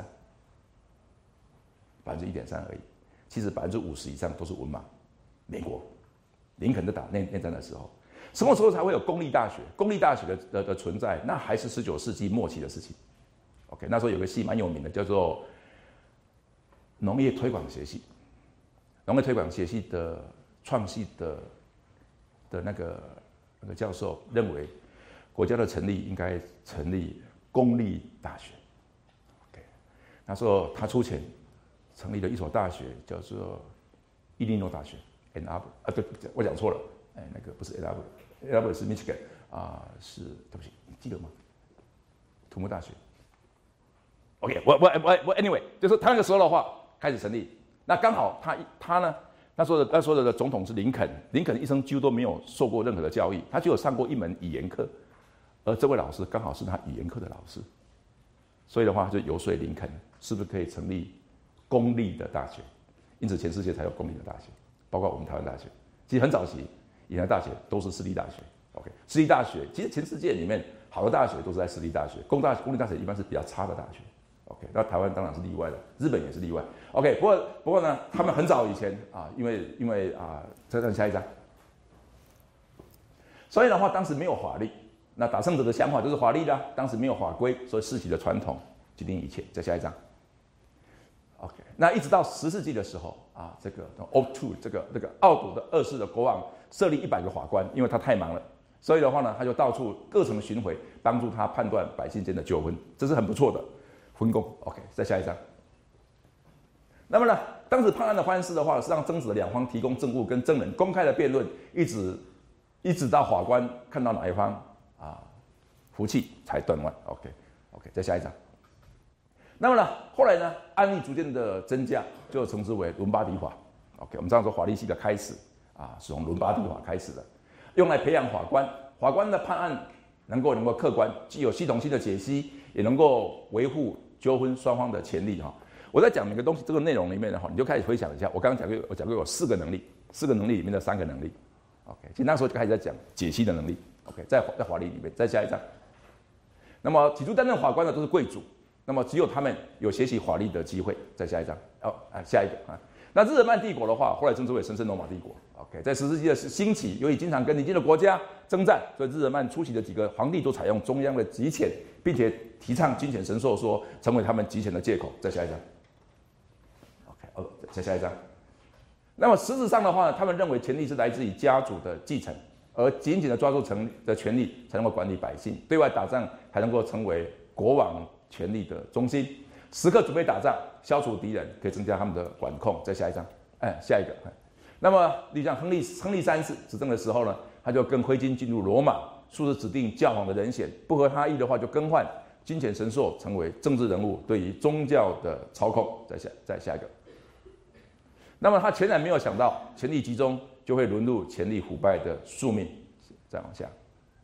百分之一点三而已，其实百分之五十以上都是文盲。美国，林肯在打内内战的时候，什么时候才会有公立大学？公立大学的 的, 的存在，那还是十九世纪末期的事情。OK， 那时候有个系蛮有名的，叫做农业推广学系。农业推广学系的创系的的那个那个教授认为，国家的成立应该成立公立大学。OK， 那时候他出钱。成立了一所大学，叫做伊利诺大学 ，Ann Arbor 啊，对，我讲错了，哎，那个不是 Ann Arbor，Ann Arbor 是 Michigan 啊，是对不起，你记得吗？土木大学。OK， 我我我我 anyway， 就是他那个时候的话开始成立那刚好他他呢，那时候的那时候的总统是林肯，林肯一生几乎都没有受过任何的教育，他只有上过一门语言课，而这位老师刚好是他语言课的老师，所以的话就游说林肯是不是可以成立公立的大学，因此全世界才有公立的大学，包括我们台湾大学。其实很早期，以前的大学都是私立大学。OK， 私立大学其实全世界里面好的大学都是在私立大学，公大公立大学一般是比较差的大学。OK， 那台湾当然是例外了，日本也是例外。OK， 不过不过呢，他们很早以前啊，因为因为啊，再看下一张。所以的话，当时没有法律，那打胜者的想法就是法律啦，当时没有法规，所以世袭的传统决定一切。再下一张。OK， 那一直到十世纪的时候啊，这个 O 二 这个这个奥赌的二世的国王设立一百个法官，因为他太忙了，所以的话呢，他就到处各城巡回，帮助他判断百姓间的纠纷，这是很不错的分工。OK， 再下一张。那么呢，当时判案的方式的话，是让争执的两方提供证物跟证人，公开的辩论，一直一直到法官看到哪一方啊服气才断案。OK OK， 再下一张。那么呢，后来呢，案例逐渐的增加，就称之为伦巴第法。OK， 我们知道说法律系的开始啊，是从伦巴第法开始的，用来培养法官。法官的判案能够能够客观，既有系统性的解析，也能够维护纠纷双方的权利哈。我在讲每个东西这个内容里面的话，你就开始回想一下，我刚刚讲过，我讲过有四个能力，四个能力里面的三个能力。OK， 其实那时候就开始在讲解析的能力。OK， 在在法律里面，再下一章。那么起初担任法官的都是贵族。那么只有他们有学习法律的机会。再下一章，哦，啊，下一个啊。那日耳曼帝国的话，后来称之为神圣罗马帝国。OK， 在十世纪的兴起，由于经常跟邻近的国家征战，所以日耳曼初期的几个皇帝都采用中央的集权，并且提倡金钱神授，说成为他们集权的借口。再下一章。OK， 哦，再下一章。那么实质上的话，他们认为权力是来自于家族的继承，而紧紧的抓住城的权力，才能够管理百姓，对外打仗才能够成为国王权力的中心，时刻准备打仗，消除敌人，可以增加他们的管控。再下一章，哎，下一个。那么，你像亨利亨利三世执政的时候呢，他就跟挥军进入罗马，数次指定教皇的人选，不合他意的话就更换，金钱神授成为政治人物对于宗教的操控。再下再下一个。那么他全然没有想到，权力集中就会沦入权力腐败的宿命。再往下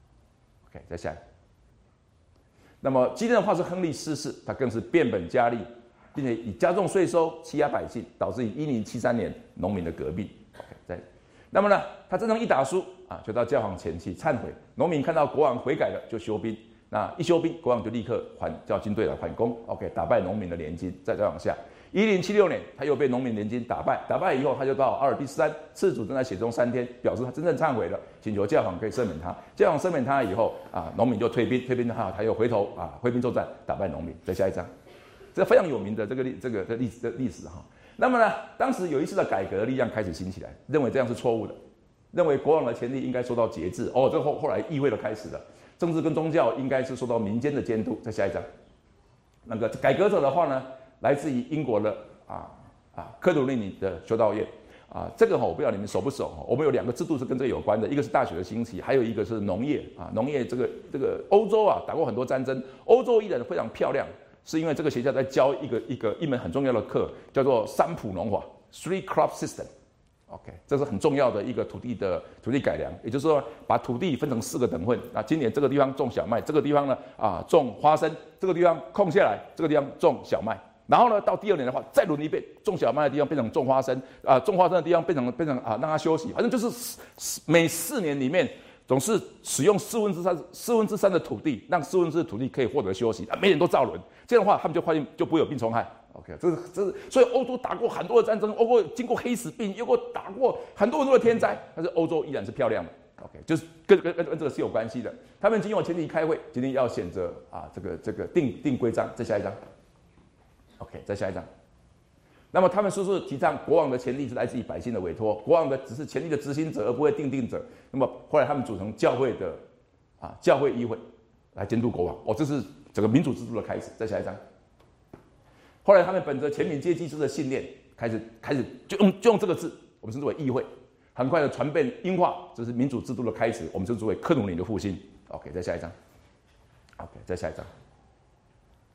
，OK， 再下一个。那么继任的话是亨利四世，他更是变本加厉，并且以加重税收欺压百姓，导致于一零七三年农民的革命。OK， 在那么呢，他真正一打输啊，就到教皇前去忏悔。农民看到国王悔改了，就休兵。那一休兵，国王就立刻还叫军队来反攻。OK， 打败农民的联军。再再往下，一零七六年他又被农民联军打败，打败以后他就到阿尔卑斯山赤足正在雪中三天，表示他真正忏悔了，请求教皇可以赦免他。教皇赦免他以后啊，农民就退兵，退兵的话他又回头啊挥兵作战，打败农民。再下一章，这非常有名的这个历这个的历史的历史哈。那么呢，当时有一次的改革力量开始兴起来，认为这样是错误的，认为国王的权力应该受到节制。哦，这后后来议会的开始了，政治跟宗教应该是受到民间的监督。再下一章，那个改革者的话呢，来自于英国的啊啊科鲁利尼的修道院啊，这个哈我不知道你们熟不熟，我们有两个制度是跟这个有关的，一个是大学的兴起，还有一个是农业啊，农业这个这个欧洲啊打过很多战争，欧洲依然非常漂亮。是因为这个学校在教一个一个一门很重要的课，叫做三普农法 （Three Crop System）。OK， 这是很重要的一个土地的土地改良，也就是说把土地分成四个等份。那今年这个地方种小麦，这个地方呢啊种花生，这个地方空下来，这个地方种小麦。然后呢，到第二年的话再轮一遍，种小麦的地方变成种花生，啊种花生的地方变成变成啊让它休息，反正就是每四年里面。总是使用四分之三四分之三的土地，让四分之的土地可以获得休息啊，每年都造轮，这样的话他们就发现就不会有病虫害。OK， 这是这是所以欧洲打过很多的战争，欧洲经过黑死病，又过打过很多很多的天灾，但是欧洲依然是漂亮的。OK， 就是跟跟跟跟这个是有关系的。他们经过前提开会，今天要选择啊这个这个定定规章，再下一章。OK， 再下一章。那么他们说是提倡国王的权力是来自于百姓的委托，国王的只是权力的执行者，而不会定定者。那么后来他们组成教会的啊教会议会来监督国王。哦，这是整个民主制度的开始。再下一章。后来他们本着全民皆祭司的信念，开始开始就用就用这个字，我们称之为议会，很快的传遍英化，这是民主制度的开始，我们称之为克鲁林的复兴。OK， 再下一章。OK， 再下一章。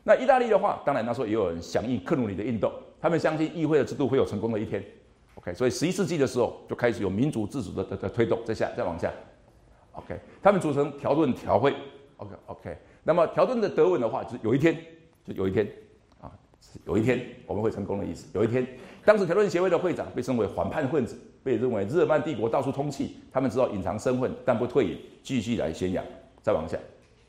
那意大利的话，当然那时候也有人响应克鲁尼的运动，他们相信议会的制度会有成功的一天。OK， 所以十一世纪的时候就开始有民主自主的的的推动，再下再往下。OK， 他们组成条顿条会。OK OK， 那么条顿的德文的话，就是有一天，就有一天啊，有一天我们会成功的意思。有一天，当时条顿协会的会长被称为反叛分子，被认为日耳曼帝国到处通气，他们知道隐藏身份，但不退隐，继续来宣扬。再往下。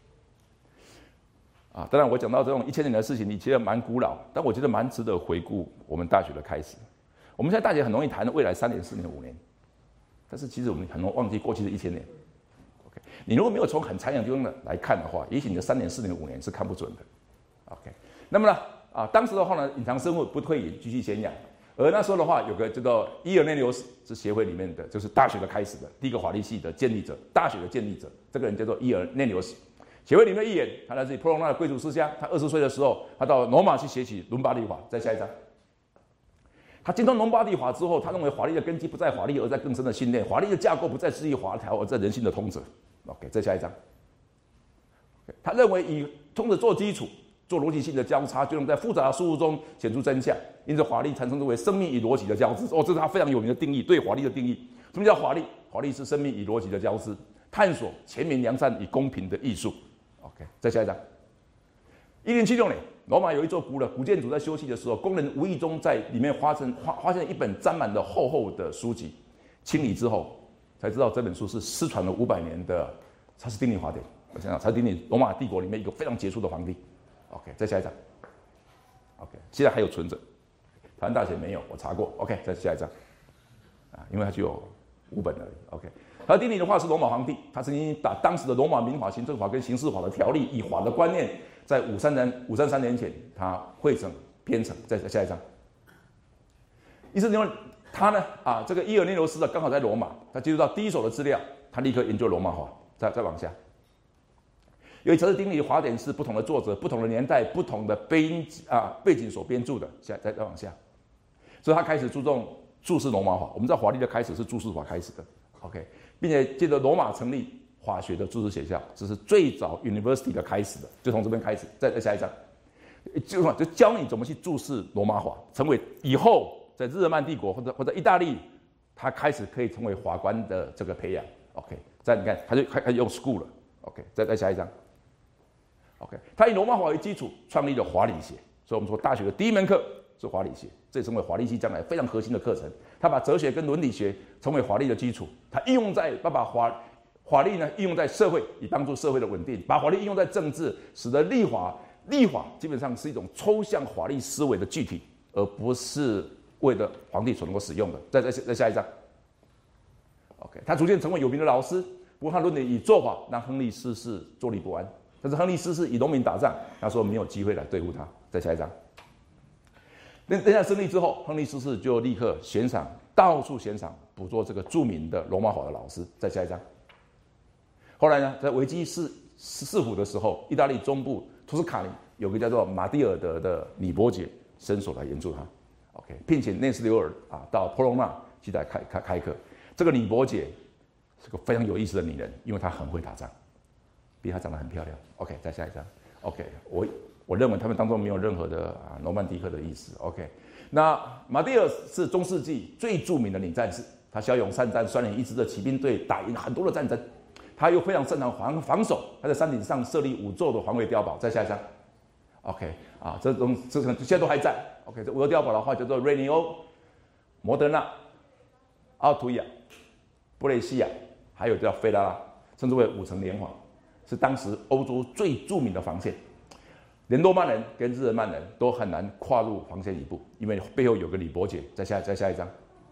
啊，当然我讲到这种一千年的事情，你觉得蛮古老，但我觉得蛮值得回顾我们大学的开始。我们现在大学很容易谈未来三年、四年、五年，但是其实我们很容易忘记过去的一千年。OK， 你如果没有从很长远的地方来看的话，也许你的三年、四年、五年是看不准的。OK， 那么呢，啊，当时的话呢，隐藏身份不退隐，继续宣扬。而那时候的话，有个叫做伊尔内留斯是协会里面的，就是大学的开始的第一个法律系的建立者，大学的建立者，这个人叫做伊尔内留斯。协会里面的议员，他来自于波隆纳的贵族世家。他二十岁的时候，他到罗马去学习伦巴第法。再下一章，他精通伦巴第法之后，他认为法律的根基不在法律，而在更深的训练；法律的架构不在诗意法条，而在人性的通则。OK， 再下一章。他认为以通则做基础，做逻辑性的交叉，就能在复杂的事物中显出真相。因此，法律产生作为生命与逻辑的交织。哦，这是他非常有名的定义，对法律的定义。什么叫法律？法律是生命与逻辑的交织，探索全民良善与公平的艺术。OK， 再下一张。一零七六年，罗马有一座古的古建筑在修葺的时候，工人无意中在里面发现发发现一本沾满了厚厚的书籍，清理之后才知道这本书是失传了五百年的查士丁尼法典。我想想，查士丁尼罗马帝国里面一个非常杰出的皇帝。OK， 再下一张。OK， 现在还有存着，台湾大学没有，我查过。OK， 再下一张。啊，因为它只有五本而已。OK。查士丁尼的话是罗马皇帝，他曾经把当时的罗马民法、行政法跟刑事法的条例以法的观念，在五三年五三三年前，他汇成编成。再下一章，意思就是他呢啊，这个伊尔内留斯的刚好在罗马，他接触到第一手的资料，他立刻研究罗马法。再再往下，由于查士丁尼的法典是不同的作者、不同的年代、不同的背啊背景所编著的，下再再往下，所以他开始注重注释罗马法。我们知道法律的开始是注释法开始的。OK， 并且借着罗马成立法学的注释学校，这是最早 university 的开始的，就从这边开始。再再下一章，就就教你怎么去注释罗马法，成为以后在日耳曼帝国或者或者意大利，他开始可以成为法官的这个培养。OK， 再你看他就开始用 school 了。OK， 再再下一章。OK， 他以罗马法为基础创立了法理学，所以我们说大学的第一门课是法理学，这也成为法律系将来非常核心的课程。他把哲学跟伦理学成为法律的基础，他应用在他把法法律呢应用在社会，以帮助社会的稳定；把法律应用在政治，使得立法立法基本上是一种抽象法律思维的具体，而不是为了皇帝所能够使用的。再再再下一章。OK， 他逐渐成为有名的老师，不过他论点以做法让亨利四世坐立不安。但是亨利四世以农民打仗，他说没有机会来对付他。再下一章。那等下胜利之后，亨利四世就立刻悬赏，到处悬赏捕捉这个著名的罗马法的老师。再下一章。后来呢，在危机四四伏的时候，意大利中部托斯卡尼有个叫做马蒂尔德的女伯爵伸手来援助他。OK， 聘请内斯留尔啊到波隆纳去来开开开课。这个女伯爵是个非常有意思的女人，因为她很会打仗，比她长得很漂亮。OK， 再下一章。OK， 我。我认为他们当中没有任何的啊罗曼蒂克的意思。OK， 那马蒂尔是中世纪最著名的女战士，她骁勇善战，率领一支的骑兵队打赢很多的战争。她又非常擅长防防守，她在山顶上设立五座的防卫碉堡。再下一张。OK， 啊，这种这种现在都还在。OK， 这五个碉堡的话叫做瑞尼欧、摩德纳、奥图亚、布雷西亚，还有叫菲拉拉，称之为五层连环，是当时欧洲最著名的防线。连诺曼人跟日耳曼人都很难跨入防线一步，因为背后有个李伯爵。再下再下一章，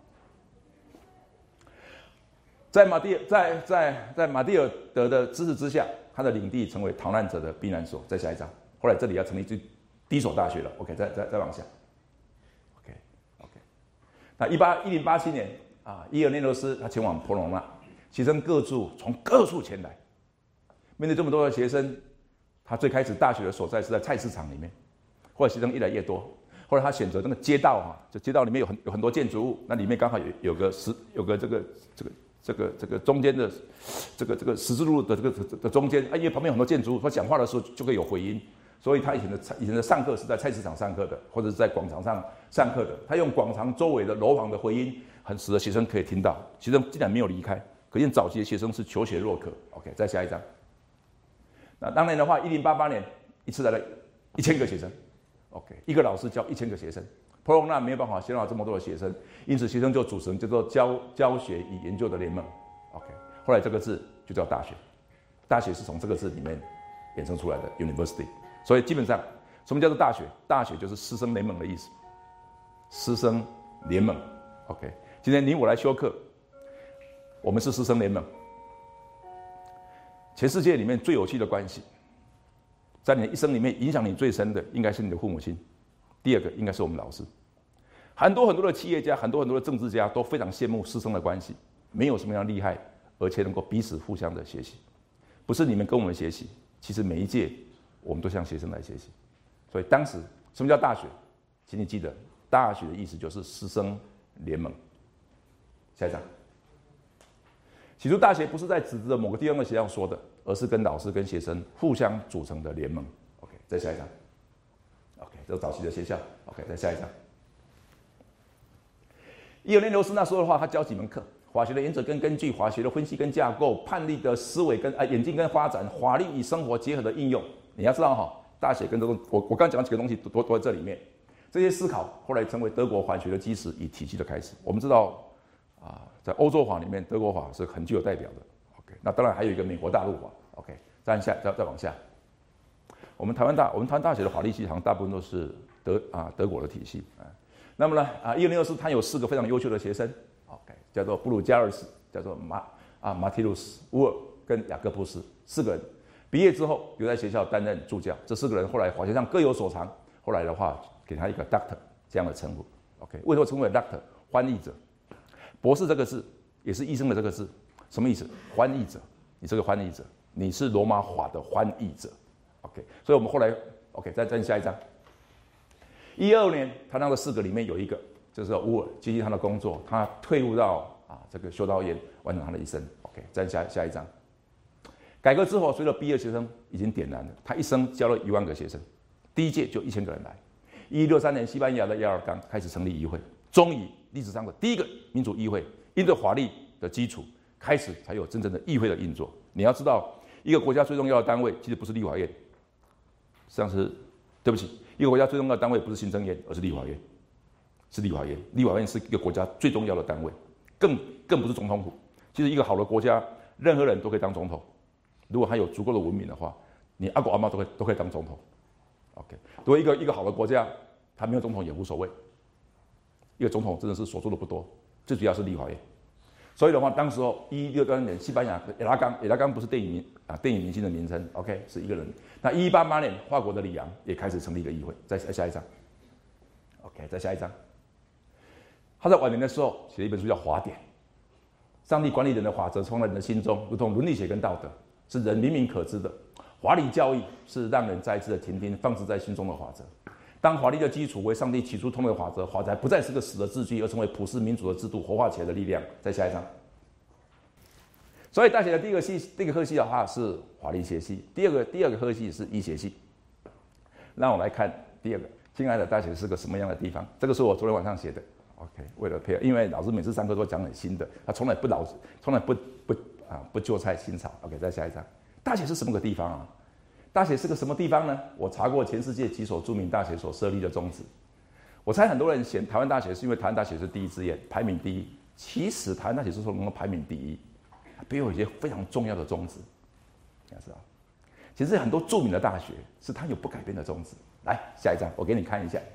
在马蒂在在在马蒂尔德的支持之下，他的领地成为逃难者的避难所。再下一章，后来这里要成立第第一所大学了。OK， 再再再往下。OK OK， 那一八一零八七年啊，伊尔内留斯他前往波隆纳，学生各处从各处前来，面对这么多的学生。他最开始大学的所在是在菜市场里面，后来学生越来越多，后来他选择那个街道哈，就街道里面有很有很多建筑物，那里面刚好有有个十有个这个这个这个这个中间的这个这个十字路的这个的中间啊，因为旁边有很多建筑物，他讲话的时候就会有回音， 所以他以前的以前的上课是在菜市场上课的，或者是在广场上上课的。他用广场周围的楼房的回音，很使得学生可以听到。学生竟然没有离开，可见早期的学生是求学若渴。OK， 再下一张。那当年的话，一零八八年一次来了一千个学生。OK， 一个老师教一千个学生。普隆纳没有办法吸纳这么多的学生，因此学生就组成叫做教教学与研究的联盟。OK， 后来这个字就叫大学，大学是从这个字里面衍生出来的 university。所以基本上，什么叫做大学？大学就是师生联盟的意思。师生联盟 ，OK。今天你我来修课，我们是师生联盟。全世界里面最有趣的关系，在你的一生里面影响你最深的，应该是你的父母亲。第二个应该是我们老师。很多很多的企业家，很多很多的政治家都非常羡慕师生的关系，没有什么样厉害，而且能够彼此互相的学习。不是你们跟我们学习，其实每一届我们都向学生来学习。所以当时什么叫大学？请你记得，大学的意思就是师生联盟。下一张。起初大学不是在指着某个地方的学校说的，而是跟老师跟学生互相组成的联盟。OK， 再下一张。OK， 这是早期的学校。OK， 再下一张。伊尔内留斯那时候的话，他教几门课：化学的原则跟根据、化学的分析跟架构、判例的思维跟啊演进跟发展、法律与生活结合的应用。你要知道哈，大学跟这种我我刚讲几个东西都都在这里面。这些思考后来成为德国法学的基石与体系的开始。我们知道啊，在欧洲法里面，德国法是很具有代表的。OK， 那当然还有一个美国大陆法。OK， 再下再再往下。我们台湾大我们台湾大学的法律系好像大部分都是德啊德国的体系啊。那么呢啊，伊尔内留斯他有四个非常优秀的学生 ，OK， 叫做布鲁加尔斯，叫做马啊马提鲁斯、乌尔跟雅各布斯四个人。毕业之后留在学校担任助教。这四个人后来法学上各有所长，后来的话给他一个 doctor 这样的称呼。OK， 为什么称为 doctor？ 翻译者。博士这个字也是医生的这个字，什么意思？翻译者，你这个翻译者，你是罗马法的翻译者。OK， 所以我们后来 OK 再再下一章。一二年，他那个四个里面有一个就是乌尔继续他的工作，他退入到啊这个修道院完成他的一生。OK， 再下下一章。改革之后，随着毕业学生已经点燃了，他一生教了一万个学生，第一届就一千个人来。一一六三年，西班牙的亚尔冈开始成立议会，终于历史上的第一个民主议会，因着法律的基础，开始才有真正的议会的运作。你要知道，一个国家最重要的单位其实不是立法院，实际上是对不起，一个国家最重要的单位不是行政院，而是立法院，是立法院。立法院是一个国家最重要的单位，更更不是总统府。其实一个好的国家，任何人都可以当总统。如果他有足够的文明的话，你阿公阿嬷都可以都可以当总统。OK， 如果一个一个好的国家，他没有总统也无所谓。一个总统真的是所做的不多，最主要是立法院。所以的话，当时候一六六年，西班牙亚拉冈，亚拉冈不是电影啊电影明星的名称 ，OK， 是一个人。那一一八八年，法国的里昂也开始成立一个议会。再下一章 ，OK， 再下一章。他在晚年的时候写了一本书叫《法典》，上帝管理人的法则充在人的心中，如同伦理学跟道德。是人明明可知的，法理教义是让人再一次的听听放置在心中的法则。当法律的基础为上帝起初通的法则，法则不再是个死的字句，而成为普世民主的制度活化起来的力量。再下一章。所以大学的第一个系，第一个科系的话是法律学系，第二个第二个科系是医学系。让我来看第二个，亲爱的，大学是个什么样的地方？这个是我昨天晚上写的。OK， 为了配合，因为老师每次上课都讲很新的，他从来不老，从来不不。啊，不韭菜新草 ，OK， 再下一张。大学是什么个地方啊？大学是个什么地方呢？我查过全世界几所著名大学所设立的宗旨。我猜很多人嫌台湾大学是因为台湾大学是第一志愿，排名第一。其实台湾大学之所以能够排名第一，背后有一些非常重要的宗旨。你要知道，其实很多著名的大学是它有不改变的宗旨。来，下一张，我给你看一下。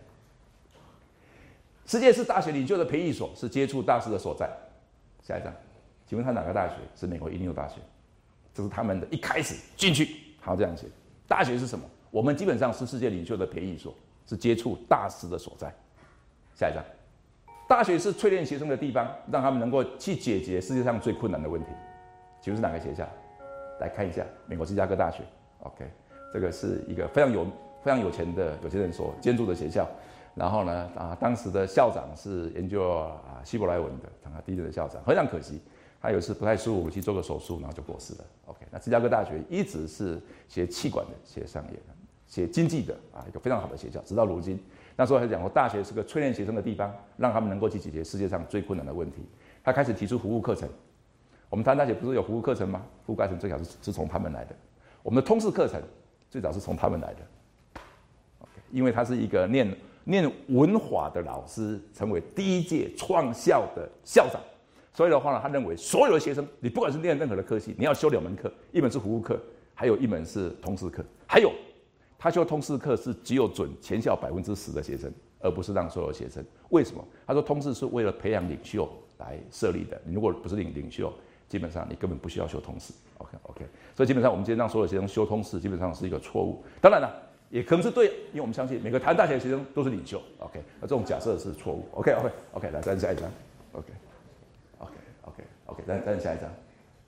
世界是大学领袖的培育所，是接触大师的所在。下一张。请问他哪个大学？是美国伊利诺大学，这是他们的一开始进去，好这样写。大学是什么？我们基本上是世界领袖的培育所，是接触大师的所在。下一章，大学是淬炼学生的地方，让他们能够去解决世界上最困难的问题。请问是哪个学校？来看一下，美国芝加哥大学。OK， 这个是一个非常有非常有钱的有钱人所建筑的学校。然后呢，啊，当时的校长是研究啊希伯来文的，他第一任的校长，非常可惜。他有一次不太舒服，去做个手术，然后就过世了。OK， 那芝加哥大学一直是学气管的，学商业的。 写经济的啊，一个非常好的学校。直到如今，那时候还讲过，大学是个淬炼学生的地方，让他们能够去解决世界上最困难的问题。他开始提出服务课程。我们台湾大学不是有服务课程吗？服务课程最早是是从他们来的。我们的通识课程最早是从他们来的。Okay, 因为他是一个念念文法的老师，成为第一届创校的校长。所以的话呢，他认为所有的学生，你不管是念任何的科系，你要修两门课，一门是服务课，还有一门是通识课。还有，他修通识课是只有准全校百分之十的学生，而不是让所有学生。为什么？他说通识是为了培养领袖来设立的。你如果不是领领袖，基本上你根本不需要修通识。OK OK， 所以基本上我们今天让所有学生修通识，基本上是一个错误。当然了，也可能是对，因为我们相信每个台湾大学的学生都是领袖。OK， 那这种假设是错误。OK OK OK， 来再下一张。OK OK OK OK， 再再下一张。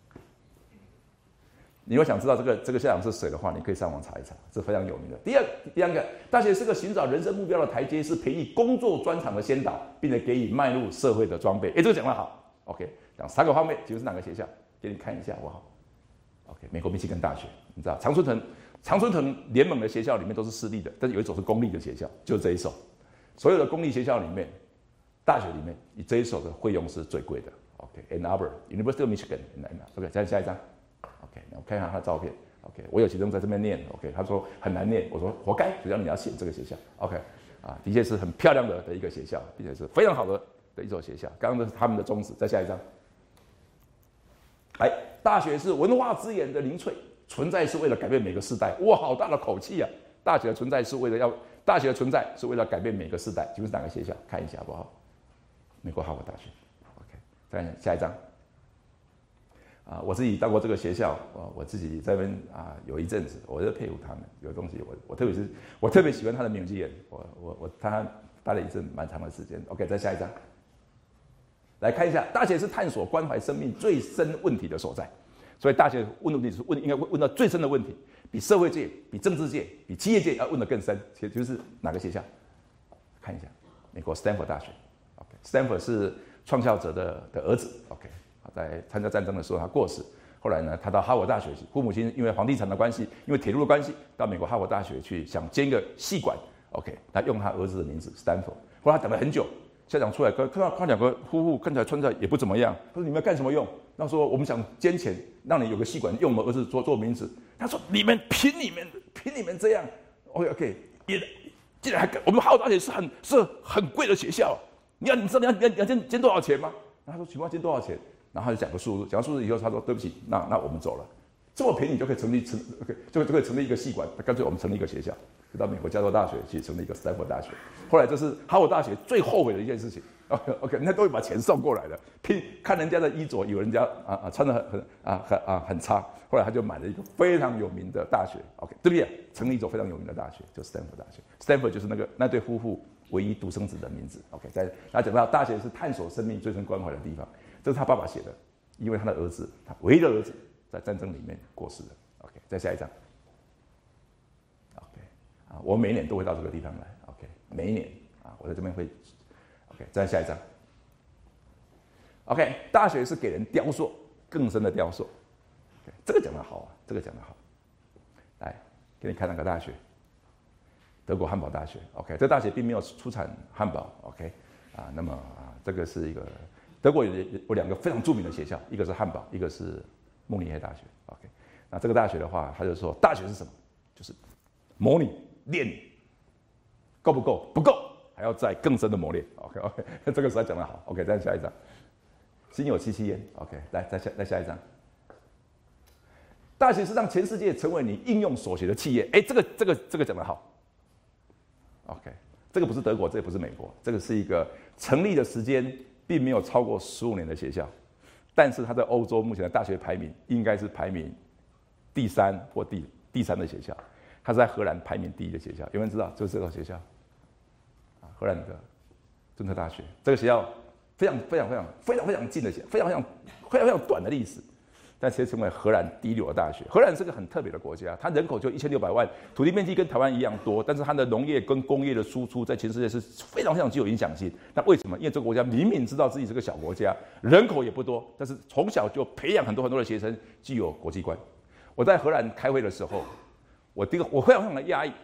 你如果想知道这个这个校长是谁的话，你可以上网查一查，是非常有名的。第二第二个，大学是个寻找人生目标的台阶，是培育工作专长的先导，并且给予迈入社会的装备。哎，这个讲得好。OK， 讲三个方面，其实是哪个学校？给你看一下好不好 ？OK， 美国密西根大学，你知道常春藤常春藤联盟的学校里面都是私立的，但是有一所是公立的学校，就是这一所。所有的公立学校里面，大学里面，以这一所的费用是最贵的。OK，Ann Arbor University of Michigan，OK， 再下一张。OK， 我看一下他的照片。OK， 我有其中在这边念。OK， 他说很难念，我说活该，只要你要选这个学校。OK， 啊，的确是很漂亮的的一个学校，并且是非常好的的一所学校。刚刚的是他们的宗旨。再下一张。来，大学是文化资源的零萃，存在是为了改变每个世代。哇，好大的口气啊！大学的存在是为了要，大学的存在是为了改变每个世代。请问是哪个学校？看一下好不好？美国哈佛大学。OK， 再看下一张。啊，我自己到过这个学校，我我自己在那边啊有一阵子，我就佩服他们，有东西我我特别是我特别喜欢他的名字，我我我他待了一阵蛮长的时间。OK， 再下一张。来看一下，大学是探索关怀生命最深问题的所在，所以大学问问题是问应该问到最深的问题，比社会界、比政治界、比企业界要问得更深。其实就是哪个学校？看一下，美国斯坦福大学。OK， 斯坦福是创校者的的儿子。OK， 在参加战争的时候他过世，后来呢，他到哈佛大学去，父母亲因为房地产的关系，因为铁路的关系，到美国哈佛大学去想建一个系馆。OK， 他用他儿子的名字斯坦福，后来他等了很久。校长出来看到看两个夫妇看起来穿着也不怎么样，他说你们要干什么用？那说我们想捐钱，让你有个系馆用我们儿子做做名字。他说你们凭你们凭你们这样 ，OK OK， 也竟然还敢我们哈佛大学是很是很贵的学校，你要你知道你要你要你要捐捐多少钱吗？他说请问捐多少钱？然后他就讲个数字，讲个数字以后他说对不起，那那我们走了，这么便宜就可以成立成 OK 就就可以成立一个系馆，干脆我们成立一个学校。就到美国加州大学去成立一个斯坦福大学，后来这是哈佛大学最后悔的一件事情。OK OK， 人家都会把钱送过来的，拼看人家的衣着，以为人家啊啊穿得很很啊很啊很差，后来他就买了一个非常有名的大学 ，OK 对不对？成立一所非常有名的大学，就斯坦福大学。斯坦福就是那个那对夫妇唯一独生子的名字。OK， 在他讲到大学是探索生命最深关怀的地方，这是他爸爸写的，因为他的儿子，他唯一的儿子在战争里面过世了。OK， 再下一张。啊，我每一年都会到这个地方来 ，OK， 每一年啊，我在这边会 ，OK， 再下一张 ，OK， 大学是给人雕塑，更深的雕塑 ，OK， 这个讲得好啊，这个讲得好，来给你看那个大学，德国汉堡大学 ，OK， 这大学并没有出产汉堡 ，OK， 啊，那么啊，这个是一个德国有有两个非常著名的学校，一个是汉堡，一个是慕尼黑大学 ，OK， 那这个大学的话，他就说大学是什么？就是模拟。练你够不够？不够，还要再更深的磨练。OK OK， 这个实在讲得好。OK， 再下一张，心有戚戚焉。OK， 来再下再下一张。大学是让全世界成为你应用所学的企业。哎，这个这个这个讲得好。OK， 这个不是德国，这也不是美国，这个是一个成立的时间并没有超过十五年的学校，但是它在欧洲目前的大学排名应该是排名第三或第第三的学校。他是在荷兰排名第一的学校，有人知道？就是这个学校，啊，荷兰的敦特大学。这个学校非常非常非常非常非常近的学，非常非常非常非常短的历史，但却成为荷兰第一流的大学。荷兰是个很特别的国家，它人口就一千六百万，土地面积跟台湾一样多，但是它的农业跟工业的输出在全世界是非常非常具有影响性。那为什么？因为这个国家明明知道自己是个小国家，人口也不多，但是从小就培养很多很多的学生具有国际观。我在荷兰开会的时候。我第一个我非常非常的压抑，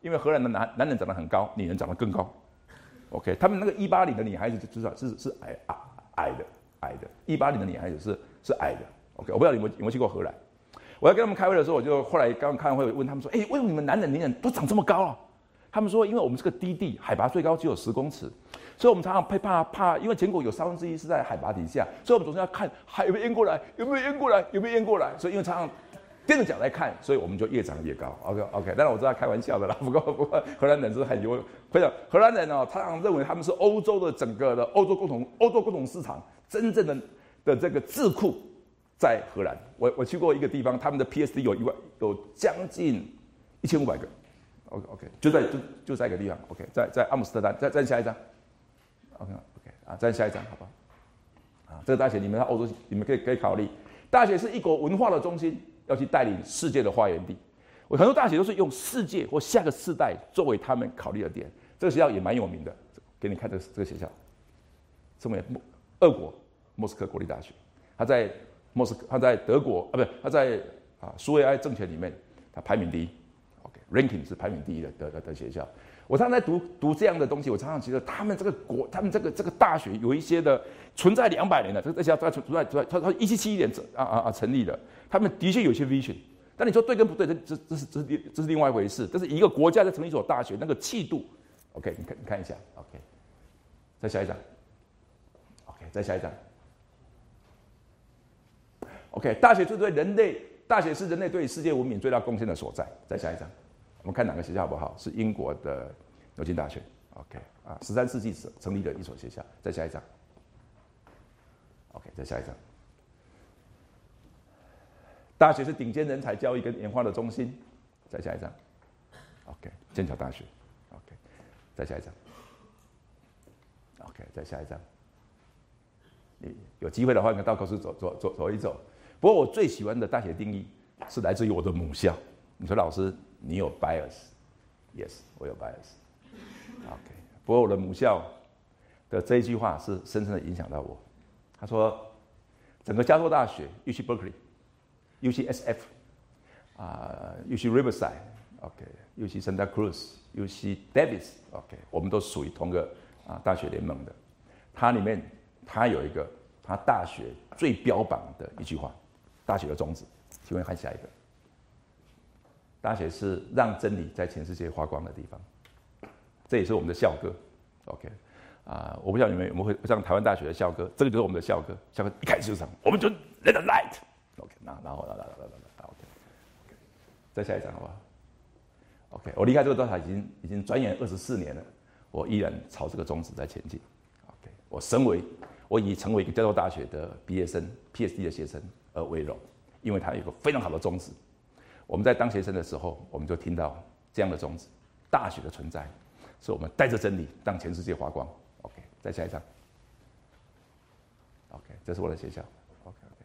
因为荷兰的男男人长得很高，女人长得更高。OK， 他们那个一八零的女孩子就知道是是矮矮矮的矮的，一八零的女孩子是是矮的。OK， 我不知道你们有没有去过荷兰。我要跟他们开会的时候，我就后来刚刚开完会问他们说：“哎，为什么你们男人女人都长这么高啊？”他们说：“因为我们是个低地，海拔最高只有十公尺，所以我们常常会怕怕，因为全国有三分之一是在海拔底下，所以我们总是要看海有没有淹过来，有没有淹过来，有没有淹过来。所以因为常常踮着脚来看，所以我们就越长越高。OK OK， 当然我知道开玩笑的啦，不过不过荷兰人是很有非常荷兰人哦，他常常认为他们是欧洲的整个的欧洲共同欧洲共同市场真正的的这个智库。”在荷兰，我我去过一个地方，他们的 P S D 有一万，有将近一千五百个。OK OK， 就在就就在一个地方。OK， 在在阿姆斯特丹，再再下一张。OK OK 啊，再下一张，好不好？啊，这个大学你们在欧洲，你们可以可以考虑。大学是一国文化的中心，要去带领世界的发源地。我很多大学都是用世界或下个世代作为他们考虑的点。这个学校也蛮有名的，给你看这个这个学校，称为俄国莫斯科国立大学，它在。莫斯科，他在德国啊，不是他在啊苏维埃政权里面，他排名第一 ，OK，ranking 是排名第一的的的的学校。我常常在读读这样的东西，我常常觉得他们这个国，他们这个这个大学有一些的存在两百年了，这个学校在存在存在，他他一七七一年啊啊啊成立的，他们的确有些 vision， 但你说对跟不对，这这这是这是这是另外一回事。这是一个国家在成立一所大学，那个气度 ，OK， 你看你看一下 ，OK， 再下一张 ，OK， 再下一张。OK， 大学是对人类，大学是人类对世界文明最大贡献的所在。再下一张，我们看哪个学校好不好？是英国的牛津大学。OK， 啊，十三世纪成立的一所学校。再下一张。OK， 再下一张。大学是顶尖人才教育跟研发的中心。再下一张。OK， 剑桥大学。OK， 再下一张。OK， 再下一张。你有机会的话，你到高速走走走走一走。不过我最喜欢的大学定义是来自于我的母校。你说老师，你有 bias？Yes， 我有 bias。OK， 不过我的母校的这一句话是深深的影响到我。他说，整个加州大学 ，U C Berkeley、U C S F 啊、U C Riverside、OK、U C Santa Cruz、U C Davis，OK， 我们都属于同个啊大学联盟的。它里面它有一个它大学最标榜的一句话。大学的宗旨，请问看下一个。大学是让真理在全世界发光的地方，这也是我们的校歌。OK， 啊、呃，我不晓得你们有没有会像台湾大学的校歌，这个就是我们的校歌。校歌一开始就唱，我们就 Let the light。OK， 那然后，然后，然后，然后 ，OK， 再下一张好不好 ？OK， 我离开这个大学已经已经转眼二十四年了，我依然朝这个宗旨在前进。OK， 我身为我以成为一个加州大学的毕业生 P S D 的学生而为荣，因为它有一个非常好的宗旨。我们在当学生的时候，我们就听到这样的宗旨：大学的存在是我们带着真理让全世界发光。OK， 再下一张。OK， 这是我的学校。OK OK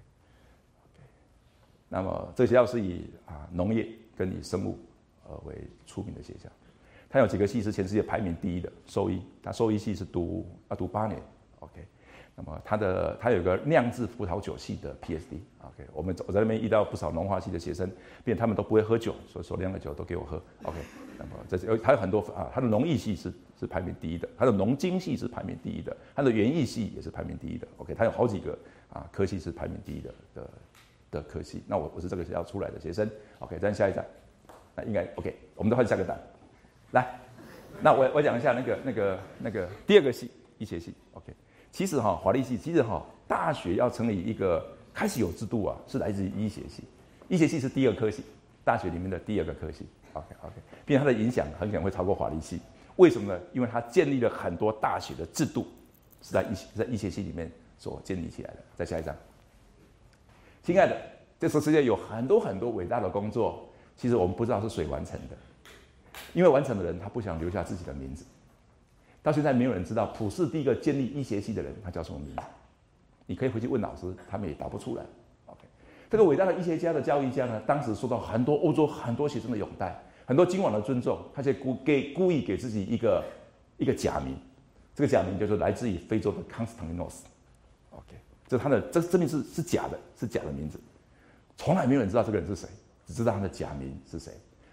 OK。那么这个学校是以啊农业跟以生物呃为出名的学校。它有几个系是全世界排名第一的兽医，它兽医系是读要读八年。OK。那么它的它有个酿制葡萄酒系的 P S D，OK， 我们我在那边遇到不少农化系的学生，并且他们都不会喝酒，所以所酿的酒都给我喝 ，OK。那么这是还有很多啊，它的农艺系是是排名第一的，它的农经系是排名第一的，它的园艺系也是排名第一的 ，OK， 它有好几个啊科系是排名第一的的的科系。那我我是这个学校出来的学生 ，OK， 再下一站，那应该 OK， 我们都换下个单，来，那我我讲一下那个那个那个第二个系医学系 ，OK。其实哈，华历系其实哈，大学要成立一个开始有制度啊，是来自于医学系。医学系是第二科系，大学里面的第二个科系。OK OK， 并且它的影响很可能会超过华历系。为什么呢？因为它建立了很多大学的制度，是在医在医学系里面所建立起来的。再下一张，亲爱的，这个世界有很多很多伟大的工作，其实我们不知道是谁完成的，因为完成的人他不想留下自己的名字。到现在没有人知道普世第一个建立医学系的人他叫什么名字，你可以回去问老师，他们也答不出来。OK， 这个伟大的医学家的教育家呢，当时受到很多欧洲很多学生的拥戴，很多君王的尊重，他就故给故意给自己一个一个假名，这个假名就是来自于非洲的 Constantinos。OK， 这他的这这名字是假的，是假的名字，从来没有人知道这个人是谁，只知道他的假名是谁。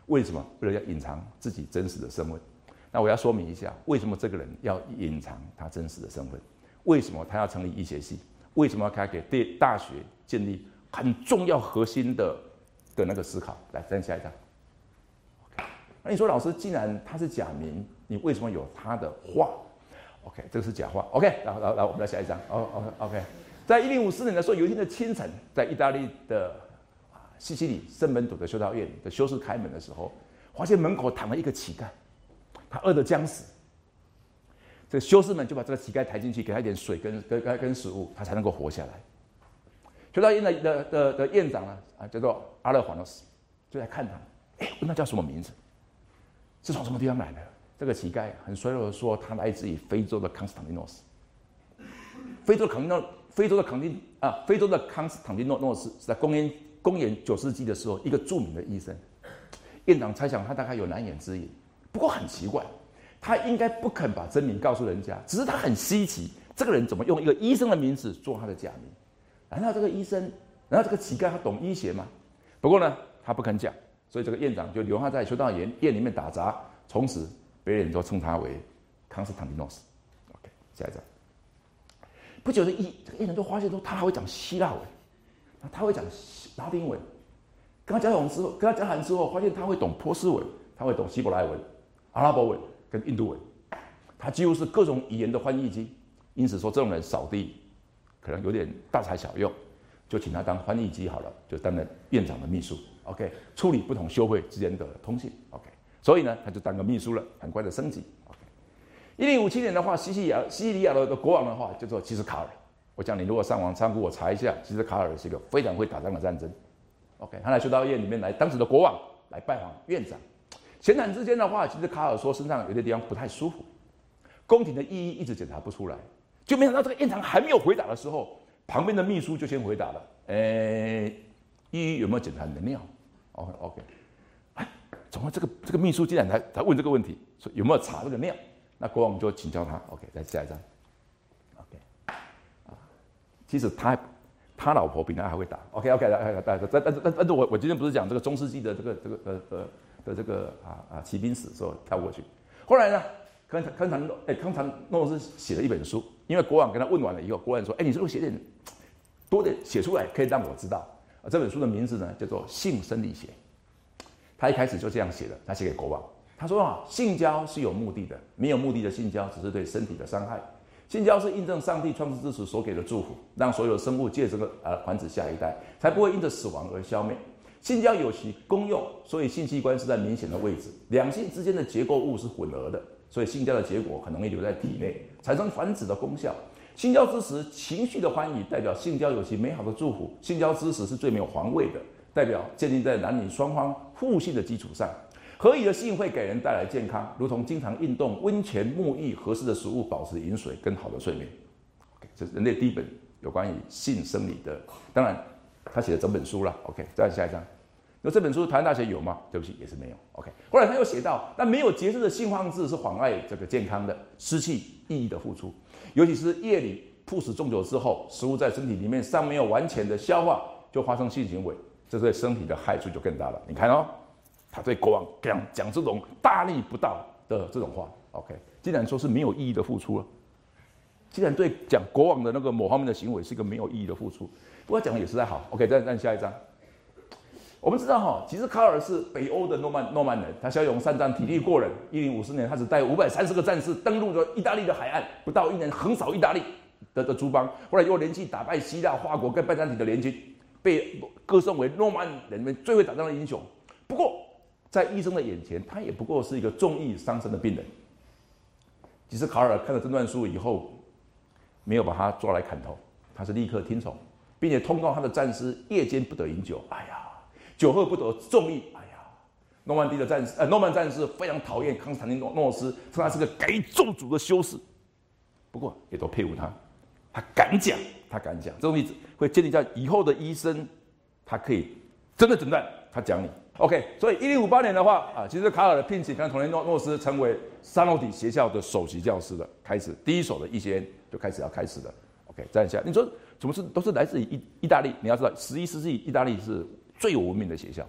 为什么？为了要隐藏自己真实的身份。那我要说明一下，为什么这个人要隐藏他真实的身份？为什么他要成立医学系？为什么要开给大学建立很重要核心的的那个思考？来，再下一张。OK， 那你说老师，既然他是假名，你为什么有他的话 ？OK， 这个是假话。OK， 来来来，我们来下一张。哦 ，OK OK， 在一零五四年的时候，有一天的清晨，在意大利的西西里圣门朵的修道院的修士开门的时候，发现门口躺了一个乞丐，他饿得将死。这个修士们就把这个乞丐抬进去，给他一点水跟跟跟跟食物，他才能够活下来。修道院的的的的院长呢，啊，叫做阿勒华诺斯，就来看他，哎，问他叫什么名字，是从什么地方来的？这个乞丐很衰弱的说，他来自于非洲的康斯坦丁诺斯。非洲的康斯坦诺，非洲的康丁啊，非洲的康斯坦丁诺诺斯是在公元公元九世纪的时候，一个著名的医生。院长猜想他大概有难言之隐，不过很奇怪。他应该不肯把真名告诉人家，只是他很稀奇，这个人怎么用一个医生的名字做他的假名？难道这个医生，难道这个乞丐他懂医学吗？不过呢，他不肯讲，所以这个院长就留他在修道院院里面打杂，从此别人都称他为康斯坦丁诺斯。OK， 下一张。不久的医这个院长就发现说，他还会讲希腊文，他会讲拉丁文。跟他交往之后，跟他交谈之后，发现他会懂波斯文，他会懂希伯来文、阿拉伯文跟印度文，他几乎是各种语言的翻译机。因此说，这种人扫地可能有点大材小用，就请他当翻译机好了，就担任院长的秘书。OK， 处理不同修会之间的通信。OK， 所以呢，他就当个秘书了，很快的升级。OK， 一零五七年的话，西西里亚西西里亚的国王的话叫做其实卡尔。我讲你如果上网参考我查一下，其实卡尔是一个非常会打仗的战争。OK， 他来修道院里面来，当时的国王来拜访院长。闲谈之间的话，其实卡尔说身上有些地方不太舒服，宫廷的医医一直检查不出来，就没想到这个院长还没有回答的时候，旁边的秘书就先回答了：“诶，医医有没有检查你的尿 ？”OK OK， 哎，怎么这个这个秘书竟然才才问这个问题，说有没有查这个尿？那国王就请教他。OK， 再下一张。OK， 啊，其实他。他老婆比他还会打 ，OK OK， 但但但但但是我我今天不是讲这个中世纪的这个这个呃呃的这个啊啊骑兵史，所以跳过去。后来呢，康康坦诺哎康坦诺斯写了一本书，因为国王跟他问完了以后，国王说：“哎，你是不是写点多点写出来，可以让我知道？”啊，这本书的名字呢叫做《性生理学》。他一开始就这样写的，他写给国王，他说啊，性交是有目的的，没有目的的性交只是对身体的伤害。性交是印证上帝创世之时所给的祝福，让所有生物借这个呃繁殖下一代，才不会因着死亡而消灭。性交有其功用，所以性器官是在明显的位置，两性之间的结构物是混合的，所以性交的结果很容易留在体内，产生繁殖的功效。性交之时，情绪的欢愉代表性交有其美好的祝福；性交之时是最没有防卫的，代表建立在男女双方互信的基础上。合宜的性会给人带来健康，如同经常运动、温泉、沐浴、合适的食物、保持饮水跟好的睡眠。OK， 这是人类第一本有关于性生理的，当然他写了整本书了。OK， 再下一张。那这本书台湾大学有吗？对不起，也是没有。OK， 后来他又写到，那没有节制的性放置是妨碍这个健康的，失去意义的付出，尤其是夜里暴食重酒之后，食物在身体里面尚没有完全的消化，就发生性行为，这对身体的害处就更大了。你看哦。他对国王讲讲这种大逆不道的这种话 ，OK， 既然说是没有意义的付出了，既然对讲国王的那个某方面的行为是一个没有意义的付出，不过讲的也实在好 ，OK， 再再下一张。我们知道哈，其实卡尔是北欧的诺曼诺曼人，他骁勇善战，体力过人。一零五四年，他只带五百三十个战士登陆了意大利的海岸，不到一年横扫意大利的的诸邦，后来又连续打败希腊、法国跟拜占庭的联军，被歌颂为诺曼人里面最会打仗的英雄。不过，在医生的眼前，他也不过是一个重易伤身的病人。其实卡尔看了这段书以后，没有把他抓来砍头，他是立刻听从，并且通告他的战士夜间不得饮酒。哎呀，酒后不得纵欲。哎呀，诺曼底的战士，呃，诺曼战士非常讨厌康斯坦丁诺斯，说他是个该咒诅的修士。不过也都佩服他，他敢讲，他敢讲，这种例子会建立在以后的医生，他可以真的诊断，他讲你。OK， 所以一零五八年的话啊，其实卡尔的聘请跟同年诺诺斯成为沙诺底学校的首席教师了，开始第一所的医学院就开始要开始了。OK， 再下，你说怎么是都是来自于意意大利？你要知道，十一世纪意大利是最有文明的学校，